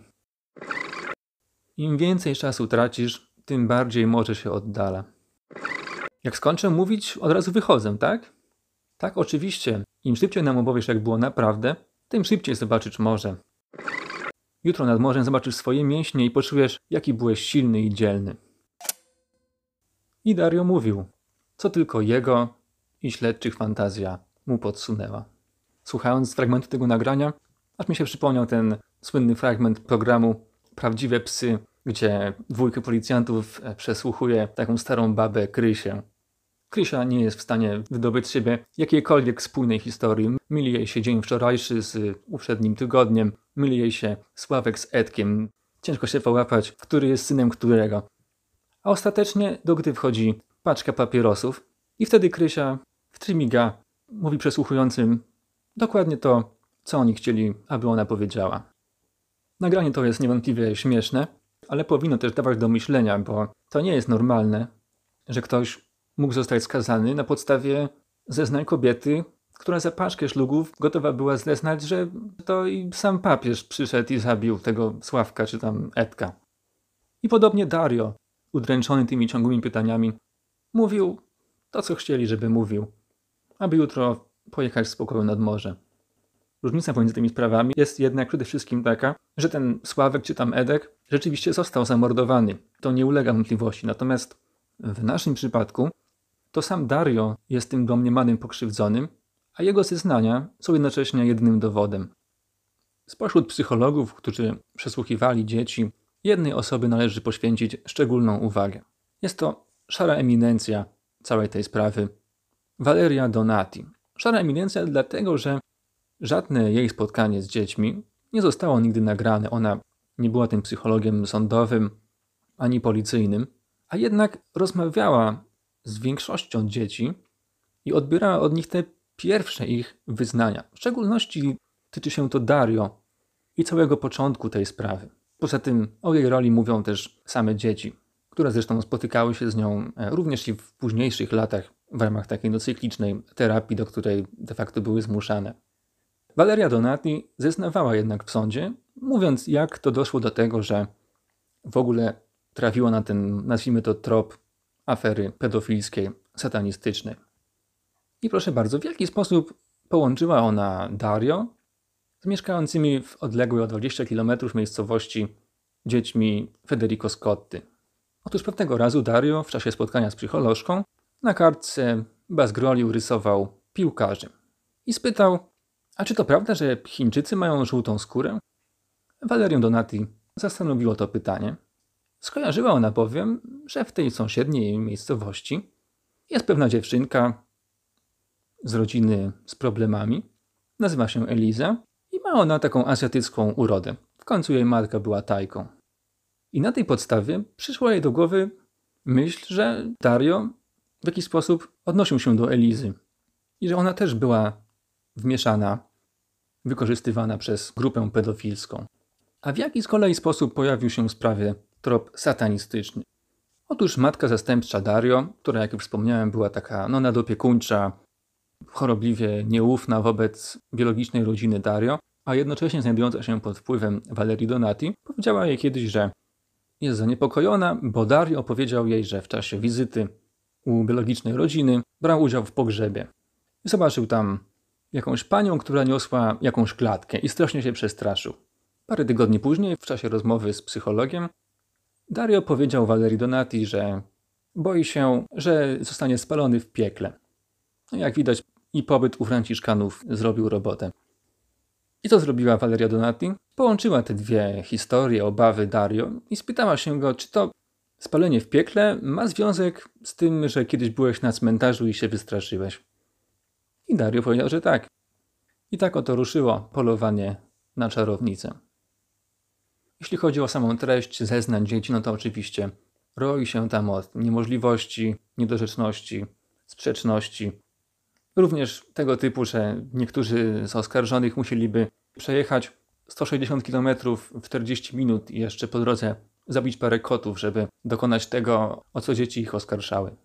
Im więcej czasu tracisz, tym bardziej może się oddala. Jak skończę mówić, od razu wychodzę, tak? Tak, oczywiście. Im szybciej nam opowiesz, jak było naprawdę, tym szybciej zobaczysz morze. Jutro nad morzem zobaczysz swoje mięśnie i poczujesz, jaki byłeś silny i dzielny. I Dario mówił, co tylko jego i śledczych fantazja mu podsunęła. Słuchając fragmentu tego nagrania, aż mi się przypomniał ten słynny fragment programu Prawdziwe psy, gdzie dwójkę policjantów przesłuchuje taką starą babę Krysię. Krysia nie jest w stanie wydobyć z siebie jakiejkolwiek spójnej historii. Myli jej się dzień wczorajszy z uprzednim tygodniem, myli jej się Sławek z Edkiem. Ciężko się połapać, który jest synem którego. A ostatecznie do gry wchodzi paczka papierosów i wtedy Krysia w trymiga mówi przesłuchującym dokładnie to, co oni chcieli, aby ona powiedziała. Nagranie to jest niewątpliwie śmieszne, ale powinno też dawać do myślenia, bo to nie jest normalne, że ktoś mógł zostać skazany na podstawie zeznań kobiety, która za paczkę szlugów gotowa była zeznać, że to i sam papież przyszedł i zabił tego Sławka czy tam Edka. I podobnie Dario, udręczony tymi ciągłymi pytaniami, mówił to, co chcieli, żeby mówił, aby jutro pojechać w spokoju nad morze. Różnica pomiędzy tymi sprawami jest jednak przede wszystkim taka, że ten Sławek czy tam Edek rzeczywiście został zamordowany. To nie ulega wątpliwości. Natomiast w naszym przypadku to sam Dario jest tym domniemanym pokrzywdzonym, a jego zeznania są jednocześnie jedynym dowodem. Spośród psychologów, którzy przesłuchiwali dzieci, jednej osobie należy poświęcić szczególną uwagę. Jest to szara eminencja całej tej sprawy, Valeria Donati. Szara eminencja dlatego, że żadne jej spotkanie z dziećmi nie zostało nigdy nagrane. Ona nie była tym psychologiem sądowym ani policyjnym, a jednak rozmawiała z większością dzieci i odbierała od nich te pierwsze ich wyznania. W szczególności tyczy się to Dario i całego początku tej sprawy. Poza tym o jej roli mówią też same dzieci, które zresztą spotykały się z nią również i w późniejszych latach w ramach takiej no, cyklicznej terapii, do której de facto były zmuszane. Valeria Donati zeznawała jednak w sądzie, mówiąc jak to doszło do tego, że w ogóle trafiła na ten, nazwijmy to, trop afery pedofilskiej, satanistycznej. I proszę bardzo, w jaki sposób połączyła ona Dario z mieszkającymi w odległej o dwadzieścia kilometrów miejscowości dziećmi Federico Scotti. Otóż pewnego razu Dario w czasie spotkania z psycholożką na kartce Basgroliu rysował piłkarzy. i spytał: a czy to prawda, że Chińczycy mają żółtą skórę? Valerię Donati zastanowiło to pytanie. Skojarzyła ona bowiem, że w tej sąsiedniej miejscowości jest pewna dziewczynka z rodziny z problemami. Nazywa się Eliza i ma ona taką azjatycką urodę. W końcu jej matka była Tajką. I na tej podstawie przyszła jej do głowy myśl, że Dario w jakiś sposób odnosił się do Elizy i że ona też była wmieszana, wykorzystywana przez grupę pedofilską. A w jaki z kolei sposób pojawił się w sprawie trop satanistyczny? Otóż matka zastępcza Dario, która, jak już wspomniałem, była taka no, nadopiekuńcza, chorobliwie nieufna wobec biologicznej rodziny Dario, a jednocześnie znajdująca się pod wpływem Valerii Donati, powiedziała jej kiedyś, że jest zaniepokojona, bo Dario opowiedział jej, że w czasie wizyty u biologicznej rodziny brał udział w pogrzebie. I zobaczył tam jakąś panią, która niosła jakąś klatkę i strasznie się przestraszył. Parę tygodni później, w czasie rozmowy z psychologiem, Dario powiedział Valerii Donati, że boi się, że zostanie spalony w piekle. No jak widać, i pobyt u Franciszkanów zrobił robotę. I co zrobiła Valeria Donati? Połączyła te dwie historie, obawy Dario i spytała się go, czy to spalenie w piekle ma związek z tym, że kiedyś byłeś na cmentarzu i się wystraszyłeś. I Dario powiedział, że tak. I tak oto ruszyło polowanie na czarownicę. Jeśli chodzi o samą treść zeznań dzieci, no to oczywiście roi się tam od niemożliwości, niedorzeczności, sprzeczności. Również tego typu, że niektórzy z oskarżonych musieliby przejechać sto sześćdziesiąt kilometrów w czterdzieści minut i jeszcze po drodze zabić parę kotów, żeby dokonać tego, o co dzieci ich oskarżały.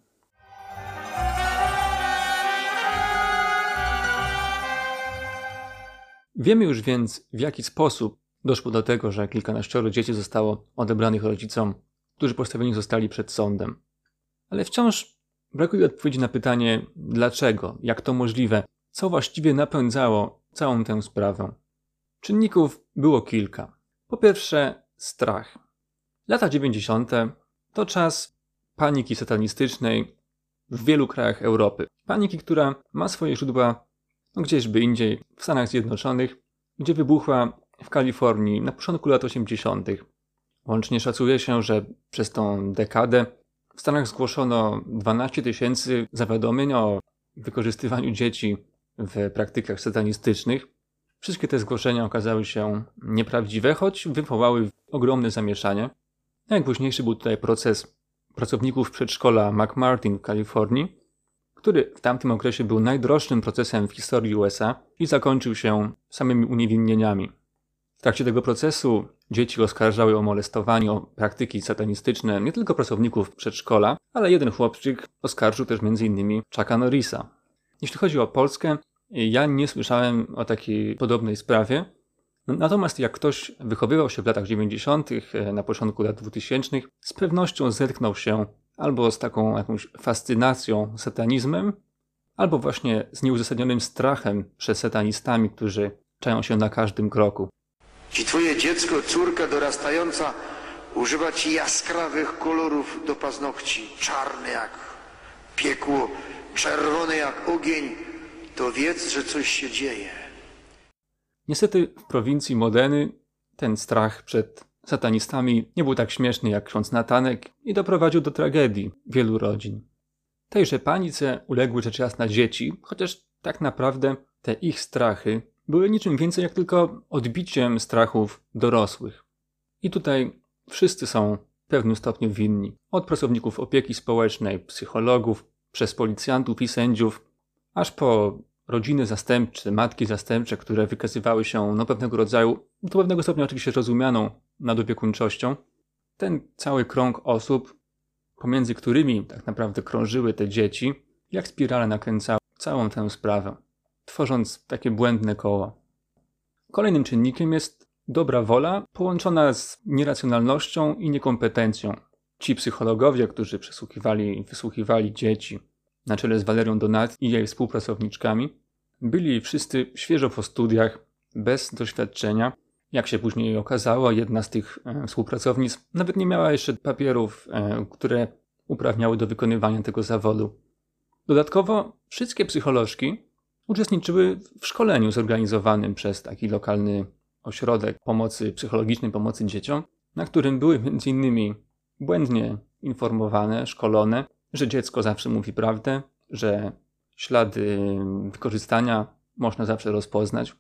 Wiemy już więc, w jaki sposób doszło do tego, że kilkanaścioro dzieci zostało odebranych rodzicom, którzy postawieni zostali przed sądem. Ale wciąż brakuje odpowiedzi na pytanie, dlaczego, jak to możliwe, co właściwie napędzało całą tę sprawę. Czynników było kilka. Po pierwsze, strach. Lata dziewięćdziesiąte to czas paniki satanistycznej w wielu krajach Europy. Paniki, która ma swoje źródła no gdzieśby indziej, w Stanach Zjednoczonych, gdzie wybuchła w Kalifornii na początku lat osiemdziesiątych. Łącznie szacuje się, że przez tą dekadę w Stanach zgłoszono dwanaście tysięcy zawiadomień o wykorzystywaniu dzieci w praktykach satanistycznych. Wszystkie te zgłoszenia okazały się nieprawdziwe, choć wywołały ogromne zamieszanie. Najgłośniejszy był tutaj proces pracowników przedszkola McMartin w Kalifornii, który w tamtym okresie był najdroższym procesem w historii U S A i zakończył się samymi uniewinnieniami. W trakcie tego procesu dzieci oskarżały o molestowanie, o praktyki satanistyczne nie tylko pracowników przedszkola, ale jeden chłopczyk oskarżył też między innymi Chucka Norrisa. Jeśli chodzi o Polskę, ja nie słyszałem o takiej podobnej sprawie. Natomiast jak ktoś wychowywał się w latach dziewięćdziesiątych, na początku lat dwutysięcznych, z pewnością zetknął się albo z taką jakąś fascynacją satanizmem, albo właśnie z nieuzasadnionym strachem przed satanistami, którzy czają się na każdym kroku. Ci twoje dziecko, córka dorastająca używa ci jaskrawych kolorów do paznokci, czarny jak piekło, czerwony jak ogień, to wiedz, że coś się dzieje. Niestety w prowincji Modeny ten strach przed satanistami nie był tak śmieszny jak ksiądz Natanek i doprowadził do tragedii wielu rodzin. Tejże panice uległy rzecz jasna dzieci, chociaż tak naprawdę te ich strachy były niczym więcej jak tylko odbiciem strachów dorosłych. I tutaj wszyscy są w pewnym stopniu winni. Od pracowników opieki społecznej, psychologów, przez policjantów i sędziów, aż po rodziny zastępcze, matki zastępcze, które wykazywały się no, pewnego rodzaju, do pewnego stopnia oczywiście rozumianą nadopiekuńczością. Ten cały krąg osób, pomiędzy którymi tak naprawdę krążyły te dzieci, jak spirale nakręcały całą tę sprawę, tworząc takie błędne koło. Kolejnym czynnikiem jest dobra wola połączona z nieracjonalnością i niekompetencją. Ci psychologowie, którzy przesłuchiwali i wysłuchiwali dzieci na czele z Valerią Donati i jej współpracowniczkami, byli wszyscy świeżo po studiach, bez doświadczenia. Jak się później okazało, jedna z tych e, współpracownic nawet nie miała jeszcze papierów, e, które uprawniały do wykonywania tego zawodu. Dodatkowo wszystkie psycholożki uczestniczyły w szkoleniu zorganizowanym przez taki lokalny ośrodek pomocy psychologicznej, pomocy dzieciom, na którym były między innymi błędnie informowane, szkolone, że dziecko zawsze mówi prawdę, że ślady wykorzystania można zawsze rozpoznać.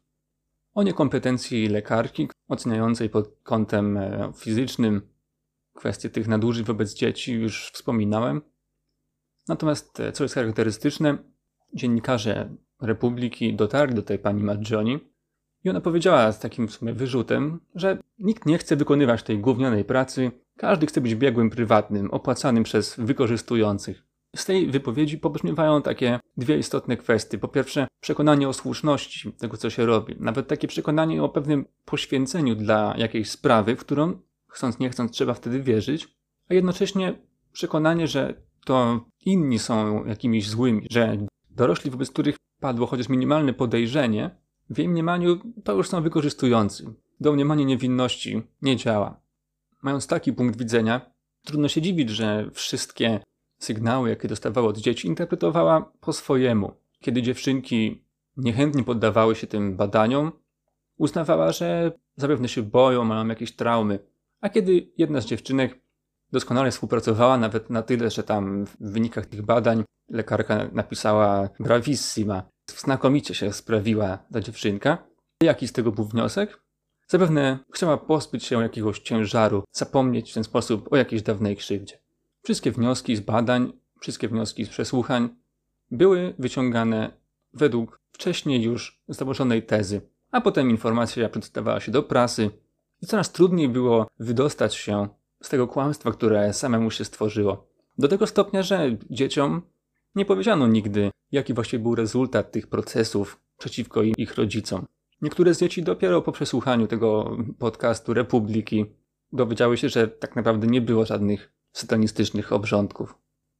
O niekompetencji lekarki oceniającej pod kątem fizycznym kwestie tych nadużyć wobec dzieci już wspominałem. Natomiast, co jest charakterystyczne, dziennikarze Republiki dotarli do tej pani Maggioni i ona powiedziała z takim w sumie wyrzutem, że nikt nie chce wykonywać tej gównianej pracy, każdy chce być biegłym prywatnym, opłacanym przez wykorzystujących. Z tej wypowiedzi pobrzmiewają takie dwie istotne kwestie. Po pierwsze, przekonanie o słuszności tego, co się robi. Nawet takie przekonanie o pewnym poświęceniu dla jakiejś sprawy, w którą chcąc nie chcąc trzeba wtedy wierzyć, a jednocześnie przekonanie, że to inni są jakimiś złymi, że dorośli, wobec których padło chociaż minimalne podejrzenie, w jej mniemaniu to już są wykorzystujący. Domniemanie niewinności nie działa. Mając taki punkt widzenia, trudno się dziwić, że wszystkie sygnały, jakie dostawała od dzieci, interpretowała po swojemu. Kiedy dziewczynki niechętnie poddawały się tym badaniom, uznawała, że zapewne się boją, mają jakieś traumy. A kiedy jedna z dziewczynek doskonale współpracowała, nawet na tyle, że tam w wynikach tych badań lekarka napisała bravissima, znakomicie się sprawiła ta dziewczynka. Jaki z tego był wniosek? Zapewne chciała pozbyć się jakiegoś ciężaru, zapomnieć w ten sposób o jakiejś dawnej krzywdzie. Wszystkie wnioski z badań, wszystkie wnioski z przesłuchań były wyciągane według wcześniej już założonej tezy, a potem informacja przedstawała się do prasy i coraz trudniej było wydostać się z tego kłamstwa, które samemu się stworzyło. Do tego stopnia, że dzieciom nie powiedziano nigdy, jaki właściwie był rezultat tych procesów przeciwko ich rodzicom. Niektóre z dzieci dopiero po przesłuchaniu tego podcastu Republiki dowiedziały się, że tak naprawdę nie było żadnych satanistycznych obrządków.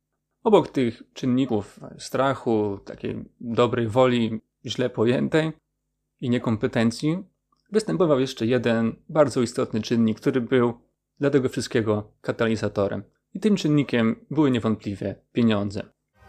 Obok tych czynników strachu, takiej dobrej woli źle pojętej i niekompetencji występował jeszcze jeden bardzo istotny czynnik, który był dla tego wszystkiego katalizatorem. I tym czynnikiem były niewątpliwie pieniądze.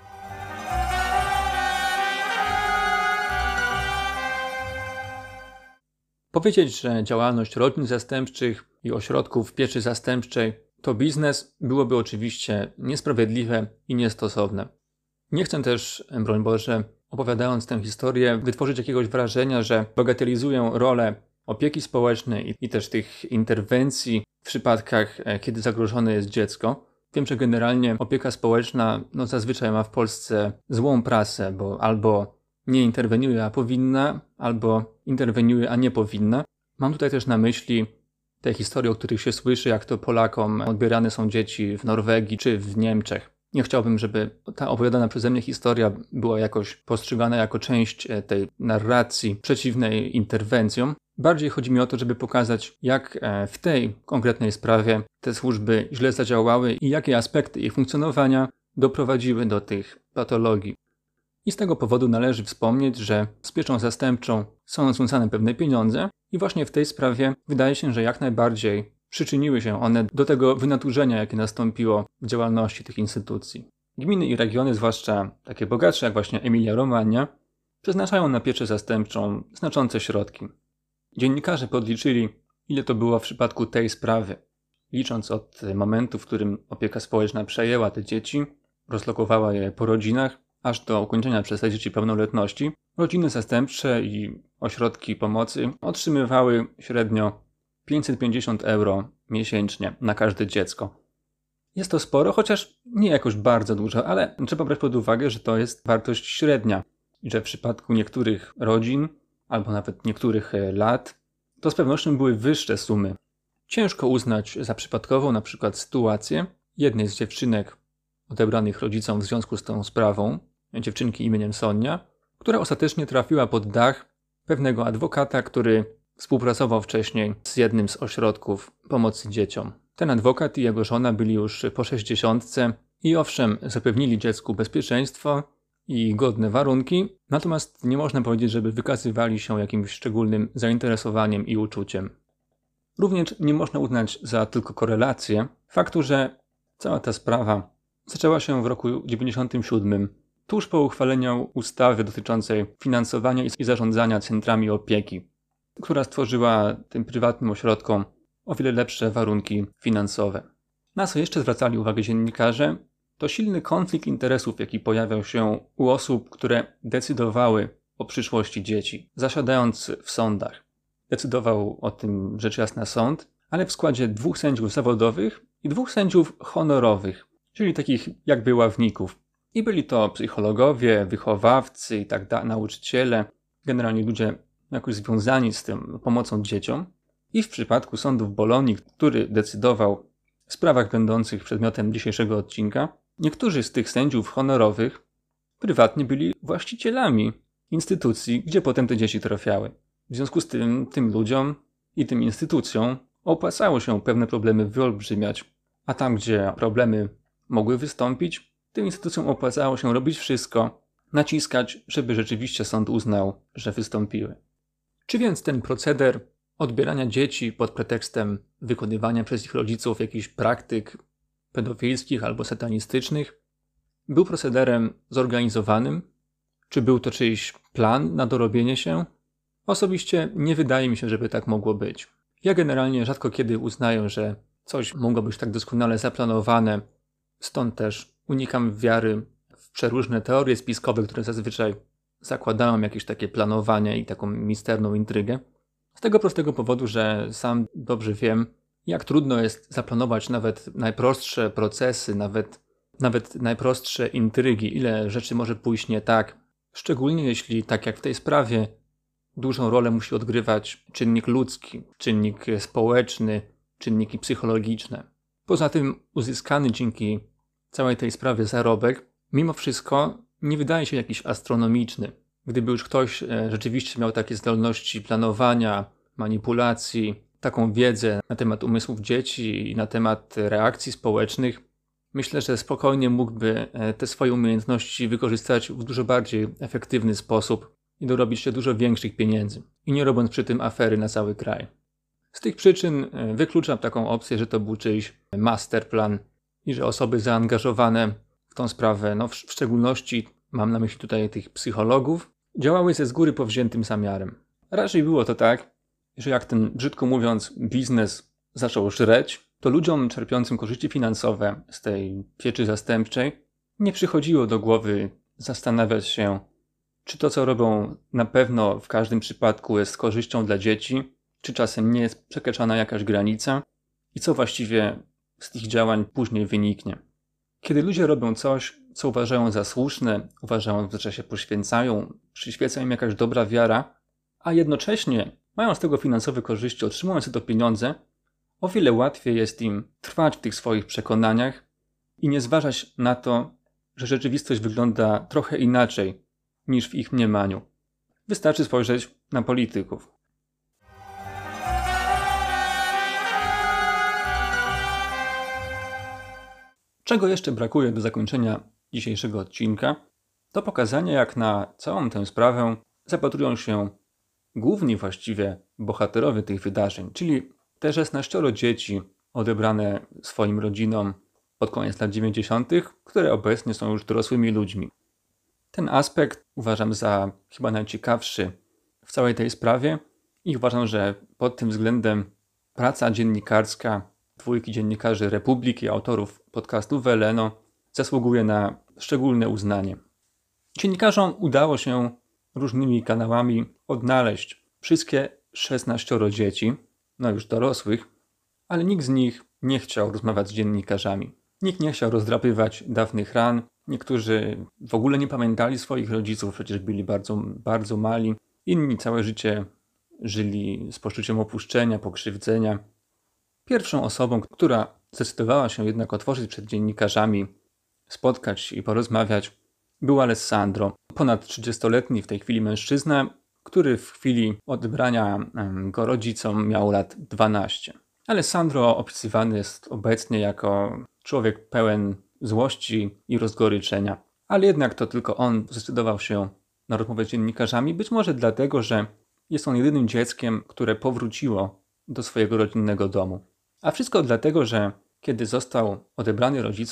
Powiedzieć, że działalność rodzin zastępczych i ośrodków pieczy zastępczej to biznes, byłoby oczywiście niesprawiedliwe i niestosowne. Nie chcę też, broń Boże, opowiadając tę historię, wytworzyć jakiegoś wrażenia, że bagatelizuję rolę opieki społecznej i też tych interwencji w przypadkach, kiedy zagrożone jest dziecko. Wiem, że generalnie opieka społeczna no, zazwyczaj ma w Polsce złą prasę, bo albo nie interweniuje, a powinna, albo interweniuje, a nie powinna. Mam tutaj też na myśli te historie, o których się słyszy, jak to Polakom odbierane są dzieci w Norwegii czy w Niemczech. Nie chciałbym, żeby ta opowiadana przeze mnie historia była jakoś postrzegana jako część tej narracji przeciwnej interwencjom. Bardziej chodzi mi o to, żeby pokazać, jak w tej konkretnej sprawie te służby źle zadziałały i jakie aspekty ich funkcjonowania doprowadziły do tych patologii. I z tego powodu należy wspomnieć, że z pieczą zastępczą są związane pewne pieniądze i właśnie w tej sprawie wydaje się, że jak najbardziej przyczyniły się one do tego wynaturzenia, jakie nastąpiło w działalności tych instytucji. Gminy i regiony, zwłaszcza takie bogatsze jak właśnie Emilia-Romagna, przeznaczają na pieczę zastępczą znaczące środki. Dziennikarze podliczyli, ile to było w przypadku tej sprawy. Licząc od momentu, w którym opieka społeczna przejęła te dzieci, rozlokowała je po rodzinach, aż do ukończenia przez te dzieci pełnoletności, rodziny zastępcze i ośrodki pomocy otrzymywały średnio pięćset pięćdziesiąt euro miesięcznie na każde dziecko. Jest to sporo, chociaż nie jakoś bardzo dużo, ale trzeba brać pod uwagę, że to jest wartość średnia i że w przypadku niektórych rodzin, albo nawet niektórych lat, to z pewnością były wyższe sumy. Ciężko uznać za przypadkową na przykład sytuację jednej z dziewczynek odebranych rodzicom w związku z tą sprawą, dziewczynki imieniem Sonia, która ostatecznie trafiła pod dach pewnego adwokata, który współpracował wcześniej z jednym z ośrodków pomocy dzieciom. Ten adwokat i jego żona byli już po sześćdziesiątce i owszem, zapewnili dziecku bezpieczeństwo i godne warunki, natomiast nie można powiedzieć, żeby wykazywali się jakimś szczególnym zainteresowaniem i uczuciem. Również nie można uznać za tylko korelację faktu, że cała ta sprawa zaczęła się w roku dziewięćdziesiątym siódmym, tuż po uchwaleniu ustawy dotyczącej finansowania i zarządzania centrami opieki, która stworzyła tym prywatnym ośrodkom o wiele lepsze warunki finansowe. Na co jeszcze zwracali uwagę dziennikarze, to silny konflikt interesów, jaki pojawiał się u osób, które decydowały o przyszłości dzieci, zasiadając w sądach. Decydował o tym rzecz jasna sąd, ale w składzie dwóch sędziów zawodowych i dwóch sędziów honorowych, czyli takich jakby ławników. I byli to psychologowie, wychowawcy i tak dalej, nauczyciele, generalnie ludzie jakoś związani z tym pomocą dzieciom. I w przypadku sądu w Bolonii, który decydował w sprawach będących przedmiotem dzisiejszego odcinka, niektórzy z tych sędziów honorowych prywatnie byli właścicielami instytucji, gdzie potem te dzieci trafiały. W związku z tym, tym ludziom i tym instytucjom opłacało się pewne problemy wyolbrzymiać, a tam, gdzie problemy mogły wystąpić, tym instytucjom opłacało się robić wszystko, naciskać, żeby rzeczywiście sąd uznał, że wystąpiły. Czy więc ten proceder odbierania dzieci pod pretekstem wykonywania przez ich rodziców jakichś praktyk pedofilskich albo satanistycznych był procederem zorganizowanym? Czy był to czyjś plan na dorobienie się? Osobiście nie wydaje mi się, żeby tak mogło być. Ja generalnie rzadko kiedy uznaję, że coś mogło być tak doskonale zaplanowane, stąd też unikam wiary w przeróżne teorie spiskowe, które zazwyczaj zakładają jakieś takie planowanie i taką misterną intrygę. Z tego prostego powodu, że sam dobrze wiem, jak trudno jest zaplanować nawet najprostsze procesy, nawet, nawet najprostsze intrygi, ile rzeczy może pójść nie tak. Szczególnie jeśli, tak jak w tej sprawie, dużą rolę musi odgrywać czynnik ludzki, czynnik społeczny, czynniki psychologiczne. Poza tym uzyskany dzięki całej tej sprawie zarobek, mimo wszystko nie wydaje się jakiś astronomiczny. Gdyby już ktoś rzeczywiście miał takie zdolności planowania, manipulacji, taką wiedzę na temat umysłów dzieci i na temat reakcji społecznych, myślę, że spokojnie mógłby te swoje umiejętności wykorzystać w dużo bardziej efektywny sposób i dorobić się dużo większych pieniędzy. I nie robiąc przy tym afery na cały kraj. Z tych przyczyn wykluczam taką opcję, że to był czyjś masterplan i że osoby zaangażowane w tą sprawę, no w szczególności mam na myśli tutaj tych psychologów, działały ze z góry powziętym zamiarem. Raczej było to tak, że jak ten, brzydko mówiąc, biznes zaczął żreć, to ludziom czerpiącym korzyści finansowe z tej pieczy zastępczej nie przychodziło do głowy zastanawiać się, czy to, co robią, na pewno w każdym przypadku jest korzyścią dla dzieci, czy czasem nie jest przekraczana jakaś granica i co właściwie z tych działań później wyniknie. Kiedy ludzie robią coś, co uważają za słuszne, uważają, że się poświęcają, przyświeca im jakaś dobra wiara, a jednocześnie mają z tego finansowe korzyści, otrzymując te pieniądze, o wiele łatwiej jest im trwać w tych swoich przekonaniach i nie zważać na to, że rzeczywistość wygląda trochę inaczej niż w ich mniemaniu. Wystarczy spojrzeć na polityków. Czego jeszcze brakuje do zakończenia dzisiejszego odcinka, to pokazanie, jak na całą tę sprawę zapatrują się główni właściwie bohaterowie tych wydarzeń, czyli te szesnaścioro dzieci odebrane swoim rodzinom pod koniec lat dziewięćdziesiątych, które obecnie są już dorosłymi ludźmi. Ten aspekt uważam za chyba najciekawszy w całej tej sprawie i uważam, że pod tym względem praca dziennikarska dwójki dziennikarzy Republiki, autorów podcastu Veleno, zasługuje na szczególne uznanie. Dziennikarzom udało się różnymi kanałami odnaleźć wszystkie szesnaścioro dzieci, no już dorosłych, ale nikt z nich nie chciał rozmawiać z dziennikarzami. Nikt nie chciał rozdrapywać dawnych ran. Niektórzy w ogóle nie pamiętali swoich rodziców, przecież byli bardzo, bardzo mali. Inni całe życie żyli z poczuciem opuszczenia, pokrzywdzenia. Pierwszą osobą, która zdecydowała się jednak otworzyć przed dziennikarzami, spotkać się i porozmawiać, był Alessandro, ponad trzydziestoletni w tej chwili mężczyzna, który w chwili odebrania go rodzicom miał lat dwanaście. Alessandro opisywany jest obecnie jako człowiek pełen złości i rozgoryczenia, ale jednak to tylko on zdecydował się na rozmowę z dziennikarzami, być może dlatego, że jest on jedynym dzieckiem, które powróciło do swojego rodzinnego domu. A wszystko dlatego, że kiedy został odebrany rodzicom,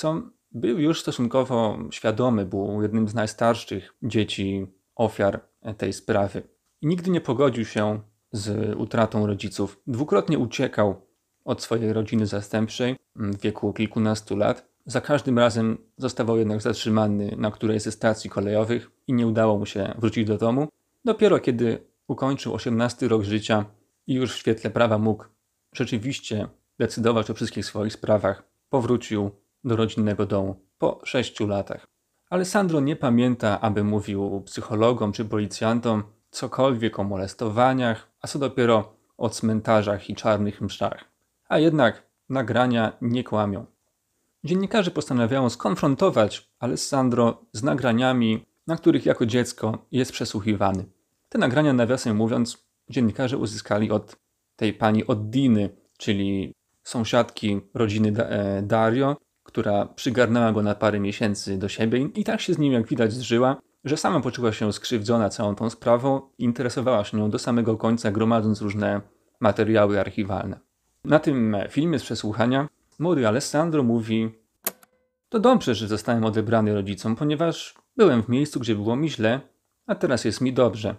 był już stosunkowo świadomy, był jednym z najstarszych dzieci ofiar tej sprawy. I nigdy nie pogodził się z utratą rodziców. Dwukrotnie uciekał od swojej rodziny zastępczej w wieku kilkunastu lat. Za każdym razem zostawał jednak zatrzymany na którejś ze stacji kolejowych i nie udało mu się wrócić do domu. Dopiero kiedy ukończył osiemnasty rok życia i już w świetle prawa mógł rzeczywiście decydować o wszystkich swoich sprawach, powrócił do rodzinnego domu po sześciu latach. Alessandro nie pamięta, aby mówił psychologom czy policjantom cokolwiek o molestowaniach, a co dopiero o cmentarzach i czarnych mszach. A jednak nagrania nie kłamią. Dziennikarze postanawiają skonfrontować Alessandro z nagraniami, na których jako dziecko jest przesłuchiwany. Te nagrania, nawiasem mówiąc, dziennikarze uzyskali od tej pani od Diny, czyli sąsiadki rodziny Dario, która przygarnęła go na parę miesięcy do siebie i tak się z nim, jak widać, zżyła, że sama poczuła się skrzywdzona całą tą sprawą i interesowała się nią do samego końca, gromadząc różne materiały archiwalne. Na tym filmie z przesłuchania młody Alessandro mówi: to dobrze, że zostałem odebrany rodzicom, ponieważ byłem w miejscu, gdzie było mi źle, a teraz jest mi dobrze.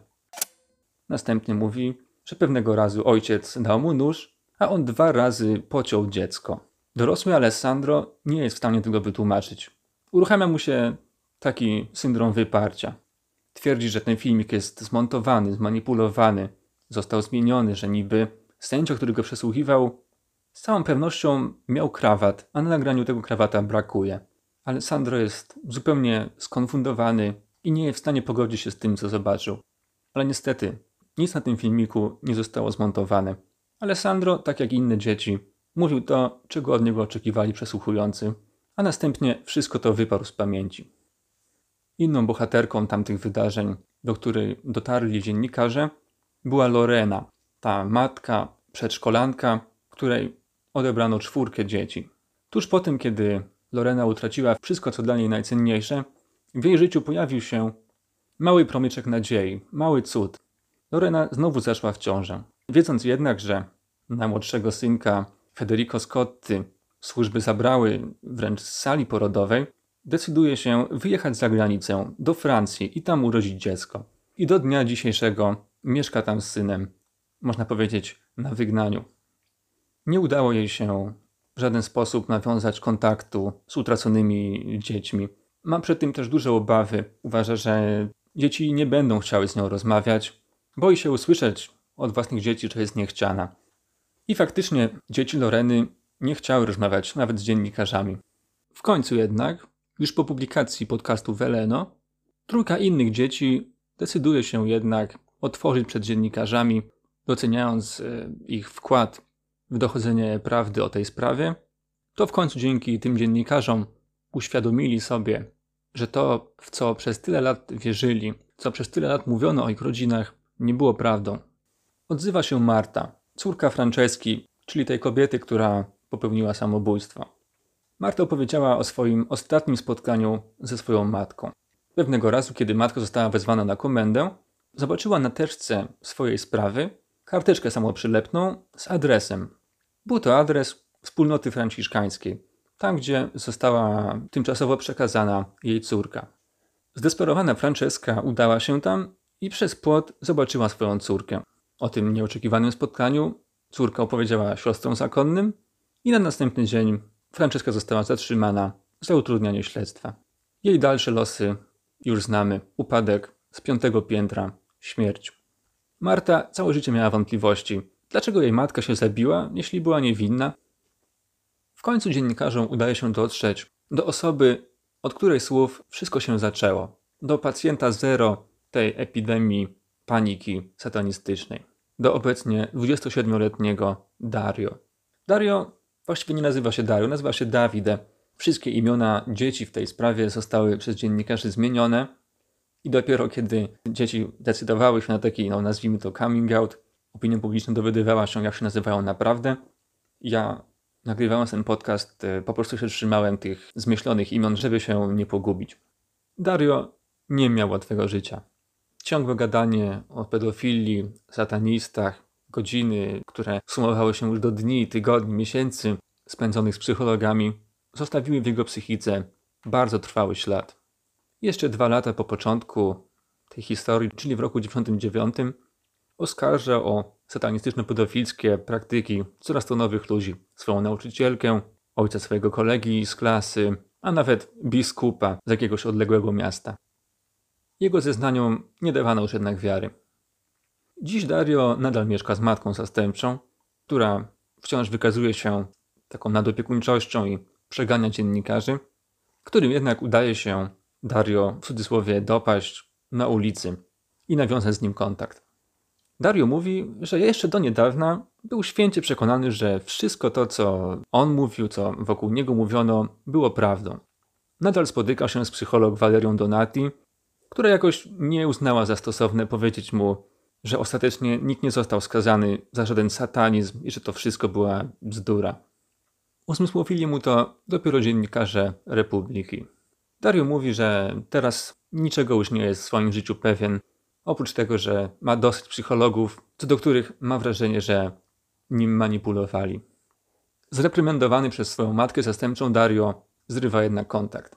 Następnie mówi, że pewnego razu ojciec dał mu nóż, a on dwa razy pociął dziecko. Dorosły Alessandro nie jest w stanie tego wytłumaczyć. Uruchamia mu się taki syndrom wyparcia. Twierdzi, że ten filmik jest zmontowany, zmanipulowany, został zmieniony, że niby sędzia, który go przesłuchiwał, z całą pewnością miał krawat, a na nagraniu tego krawata brakuje. Alessandro jest zupełnie skonfundowany i nie jest w stanie pogodzić się z tym, co zobaczył. Ale niestety, nic na tym filmiku nie zostało zmontowane. Alessandro, tak jak inne dzieci, mówił to, czego od niego oczekiwali przesłuchujący, a następnie wszystko to wyparł z pamięci. Inną bohaterką tamtych wydarzeń, do której dotarli dziennikarze, była Lorena, ta matka, przedszkolanka, której odebrano czwórkę dzieci. Tuż po tym, kiedy Lorena utraciła wszystko, co dla niej najcenniejsze, w jej życiu pojawił się mały promyczek nadziei, mały cud. Lorena znowu zaszła w ciążę. Wiedząc jednak, że najmłodszego synka Federico Scotti służby zabrały wręcz z sali porodowej, decyduje się wyjechać za granicę do Francji i tam urodzić dziecko. I do dnia dzisiejszego mieszka tam z synem, można powiedzieć, na wygnaniu. Nie udało jej się w żaden sposób nawiązać kontaktu z utraconymi dziećmi. Ma przy tym też duże obawy. Uważa, że dzieci nie będą chciały z nią rozmawiać. Boi się usłyszeć od własnych dzieci, że jest niechciana. I faktycznie dzieci Loreny nie chciały rozmawiać nawet z dziennikarzami. W końcu jednak, już po publikacji podcastu Veleno, trójka innych dzieci decyduje się jednak otworzyć przed dziennikarzami, doceniając ich wkład w dochodzenie prawdy o tej sprawie. To w końcu dzięki tym dziennikarzom uświadomili sobie, że to, w co przez tyle lat wierzyli, co przez tyle lat mówiono o ich rodzinach, nie było prawdą. Odzywa się Marta, córka Franceski, czyli tej kobiety, która popełniła samobójstwo. Marta opowiedziała o swoim ostatnim spotkaniu ze swoją matką. Pewnego razu, kiedy matka została wezwana na komendę, zobaczyła na teczce swojej sprawy karteczkę samoprzylepną z adresem. Był to adres wspólnoty franciszkańskiej, tam gdzie została tymczasowo przekazana jej córka. Zdesperowana Franceska udała się tam i przez płot zobaczyła swoją córkę. O tym nieoczekiwanym spotkaniu córka opowiedziała siostrom zakonnym i na następny dzień Franceska została zatrzymana za utrudnianie śledztwa. Jej dalsze losy już znamy. Upadek z piątego piętra, śmierć. Marta całe życie miała wątpliwości. Dlaczego jej matka się zabiła, jeśli była niewinna? W końcu dziennikarzom udaje się dotrzeć do osoby, od której słów wszystko się zaczęło. Do pacjenta zero tej epidemii paniki satanistycznej. Do obecnie dwudziestosiedmioletniego Dario. Dario właściwie nie nazywa się Dario, nazywa się Davide. Wszystkie imiona dzieci w tej sprawie zostały przez dziennikarzy zmienione i dopiero kiedy dzieci decydowały się na taki, no nazwijmy to coming out, opinia publiczna dowiadywała się, jak się nazywają naprawdę. Ja, nagrywając ten podcast, po prostu się trzymałem tych zmyślonych imion, żeby się nie pogubić. Dario nie miał łatwego życia. Ciągłe gadanie o pedofilii, satanistach, godziny, które sumowały się już do dni, tygodni, miesięcy spędzonych z psychologami, zostawiły w jego psychice bardzo trwały ślad. Jeszcze dwa lata po początku tej historii, czyli w roku dziewięćdziesiątym dziewiątym, oskarża o satanistyczno-pedofilskie praktyki coraz to nowych ludzi. Swoją nauczycielkę, ojca swojego kolegi z klasy, a nawet biskupa z jakiegoś odległego miasta. Jego zeznaniom nie dawano już jednak wiary. Dziś Dario nadal mieszka z matką zastępczą, która wciąż wykazuje się taką nadopiekuńczością i przegania dziennikarzy, którym jednak udaje się Dario w cudzysłowie dopaść na ulicy i nawiązać z nim kontakt. Dario mówi, że jeszcze do niedawna był święcie przekonany, że wszystko to, co on mówił, co wokół niego mówiono, było prawdą. Nadal spotyka się z psycholog Valerią Donati, która jakoś nie uznała za stosowne powiedzieć mu, że ostatecznie nikt nie został skazany za żaden satanizm i że to wszystko była bzdura. Uzmysłowili mu to dopiero dziennikarze Republiki. Dario mówi, że teraz niczego już nie jest w swoim życiu pewien, oprócz tego, że ma dosyć psychologów, co do których ma wrażenie, że nim manipulowali. Zreprymendowany przez swoją matkę zastępczą Dario zrywa jednak kontakt.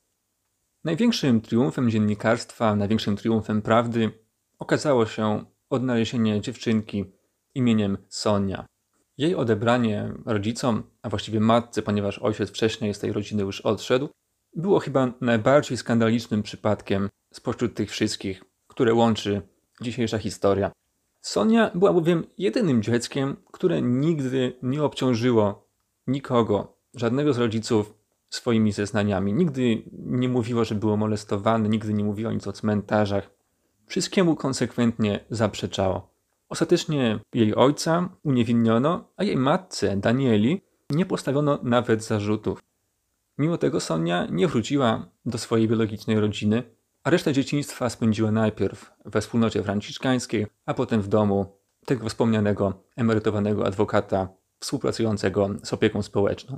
Największym triumfem dziennikarstwa, największym triumfem prawdy okazało się odnalezienie dziewczynki imieniem Sonia. Jej odebranie rodzicom, a właściwie matce, ponieważ ojciec wcześniej z tej rodziny już odszedł, było chyba najbardziej skandalicznym przypadkiem spośród tych wszystkich, które łączy dzisiejsza historia. Sonia była bowiem jedynym dzieckiem, które nigdy nie obciążyło nikogo, żadnego z rodziców swoimi zeznaniami. Nigdy nie mówiło, że było molestowane, nigdy nie mówiło nic o cmentarzach. Wszystkiemu konsekwentnie zaprzeczało. Ostatecznie jej ojca uniewinniono, a jej matce, Danieli, nie postawiono nawet zarzutów. Mimo tego Sonia nie wróciła do swojej biologicznej rodziny, a resztę dzieciństwa spędziła najpierw we wspólnocie franciszkańskiej, a potem w domu tego wspomnianego emerytowanego adwokata współpracującego z opieką społeczną.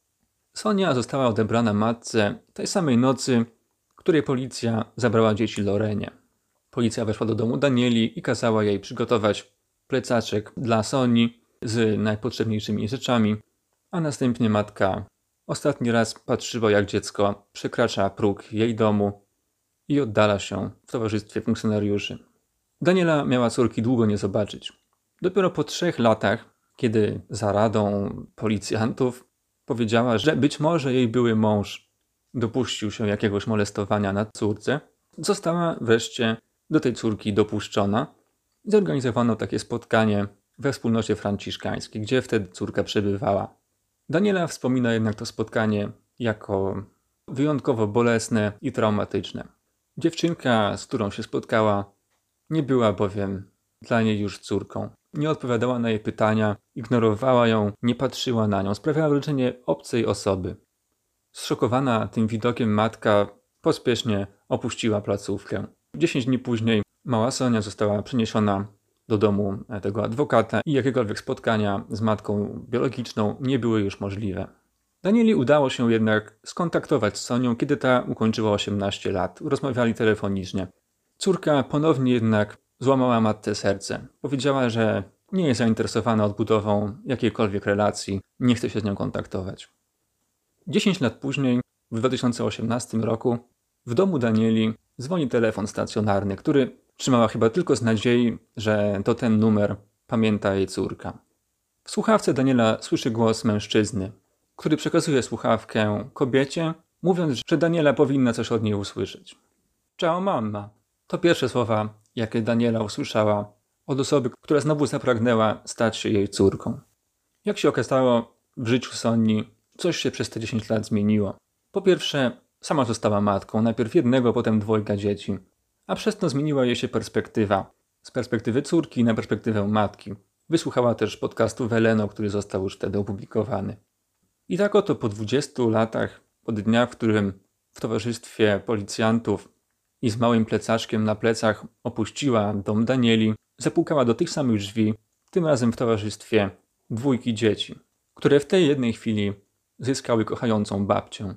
Sonia została odebrana matce tej samej nocy, której policja zabrała dzieci Lorenie. Policja weszła do domu Danieli i kazała jej przygotować plecaczek dla Sonii z najpotrzebniejszymi rzeczami, a następnie matka ostatni raz patrzyła, jak dziecko przekracza próg jej domu i oddala się w towarzystwie funkcjonariuszy. Daniela miała córki długo nie zobaczyć. Dopiero po trzech latach, kiedy za radą policjantów powiedziała, że być może jej były mąż dopuścił się jakiegoś molestowania na córce, została wreszcie do tej córki dopuszczona. Zorganizowano takie spotkanie we wspólnocie franciszkańskiej, gdzie wtedy córka przebywała. Daniela wspomina jednak to spotkanie jako wyjątkowo bolesne i traumatyczne. Dziewczynka, z którą się spotkała, nie była bowiem dla niej już córką. Nie odpowiadała na jej pytania, ignorowała ją, nie patrzyła na nią, sprawiała wrażenie obcej osoby. Zszokowana tym widokiem matka pospiesznie opuściła placówkę. Dziesięć dni później mała Sonia została przeniesiona do domu tego adwokata i jakiekolwiek spotkania z matką biologiczną nie były już możliwe. Danieli udało się jednak skontaktować z Sonią, kiedy ta ukończyła osiemnaście lat. Rozmawiali telefonicznie. Córka ponownie jednak złamała matce serce. Powiedziała, że nie jest zainteresowana odbudową jakiejkolwiek relacji, nie chce się z nią kontaktować. Dziesięć lat później, w dwa tysiące osiemnastym roku, w domu Danieli dzwoni telefon stacjonarny, który trzymała chyba tylko z nadziei, że to ten numer pamięta jej córka. W słuchawce Daniela słyszy głos mężczyzny, który przekazuje słuchawkę kobiecie, mówiąc, że Daniela powinna coś od niej usłyszeć. Ciao mamma. To pierwsze słowa, jakie Daniela usłyszała od osoby, która znowu zapragnęła stać się jej córką. Jak się okazało, w życiu Sonii coś się przez te dziesięć lat zmieniło. Po pierwsze, sama została matką, najpierw jednego, potem dwojga dzieci, a przez to zmieniła jej się perspektywa. Z perspektywy córki na perspektywę matki. Wysłuchała też podcastu Veleno, który został już wtedy opublikowany. I tak oto po dwudziestu latach, od dnia, w którym w towarzystwie policjantów i z małym plecaczkiem na plecach opuściła dom Danieli, zapukała do tych samych drzwi, tym razem w towarzystwie dwójki dzieci, które w tej jednej chwili zyskały kochającą babcię.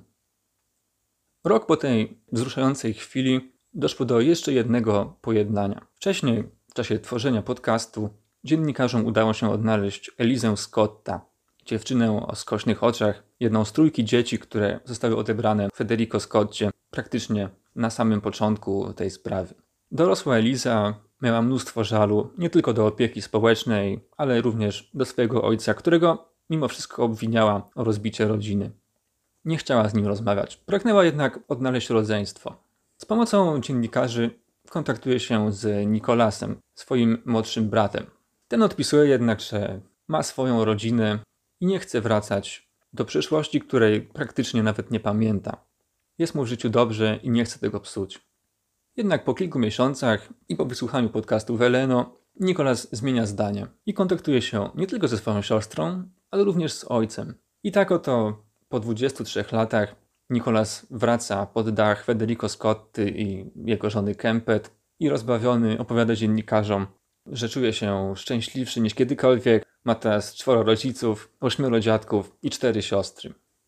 Rok po tej wzruszającej chwili doszło do jeszcze jednego pojednania. Wcześniej, w czasie tworzenia podcastu, dziennikarzom udało się odnaleźć Elizę Scotta, dziewczynę o skośnych oczach, jedną z trójki dzieci, które zostały odebrane Federico Scotcie praktycznie na samym początku tej sprawy. Dorosła Eliza miała mnóstwo żalu, nie tylko do opieki społecznej, ale również do swojego ojca, którego mimo wszystko obwiniała o rozbicie rodziny. Nie chciała z nim rozmawiać, pragnęła jednak odnaleźć rodzeństwo. Z pomocą dziennikarzy kontaktuje się z Nicolasem, swoim młodszym bratem. Ten odpisuje jednak, że ma swoją rodzinę i nie chce wracać do przeszłości, której praktycznie nawet nie pamięta. Jest mu w życiu dobrze i nie chce tego psuć. Jednak po kilku miesiącach i po wysłuchaniu podcastu Veleno, Nicolas zmienia zdanie i kontaktuje się nie tylko ze swoją siostrą, ale również z ojcem. I tak oto po dwudziestu trzech latach Nicolas wraca pod dach Federico Scotti i jego żony Kempet i rozbawiony opowiada dziennikarzom, że czuje się szczęśliwszy niż kiedykolwiek. Ma teraz czworo rodziców, ośmioro dziadków i cztery siostry.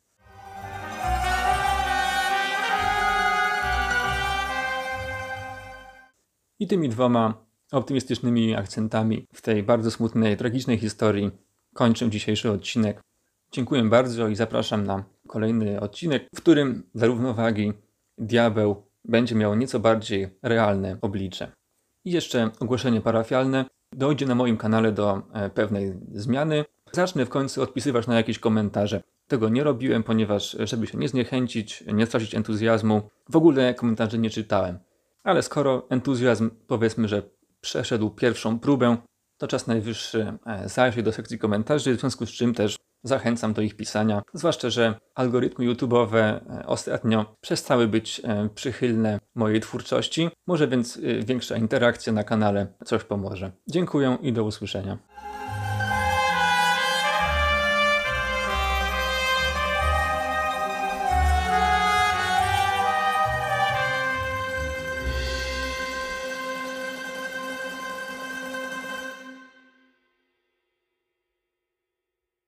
I tymi dwoma optymistycznymi akcentami w tej bardzo smutnej, tragicznej historii kończę dzisiejszy odcinek. Dziękuję bardzo i zapraszam na kolejny odcinek, w którym dla równowagi diabeł będzie miał nieco bardziej realne oblicze. I jeszcze ogłoszenie parafialne. Dojdzie na moim kanale do pewnej zmiany. Zacznę w końcu odpisywać na jakieś komentarze. Tego nie robiłem, ponieważ żeby się nie zniechęcić, nie stracić entuzjazmu, w ogóle komentarzy nie czytałem. Ale skoro entuzjazm, powiedzmy, że przeszedł pierwszą próbę, to czas najwyższy zajrzeć do sekcji komentarzy, w związku z czym też zachęcam do ich pisania. Zwłaszcza, że algorytmy YouTube'owe ostatnio przestały być przychylne mojej twórczości. Może więc większa interakcja na kanale coś pomoże. Dziękuję i do usłyszenia.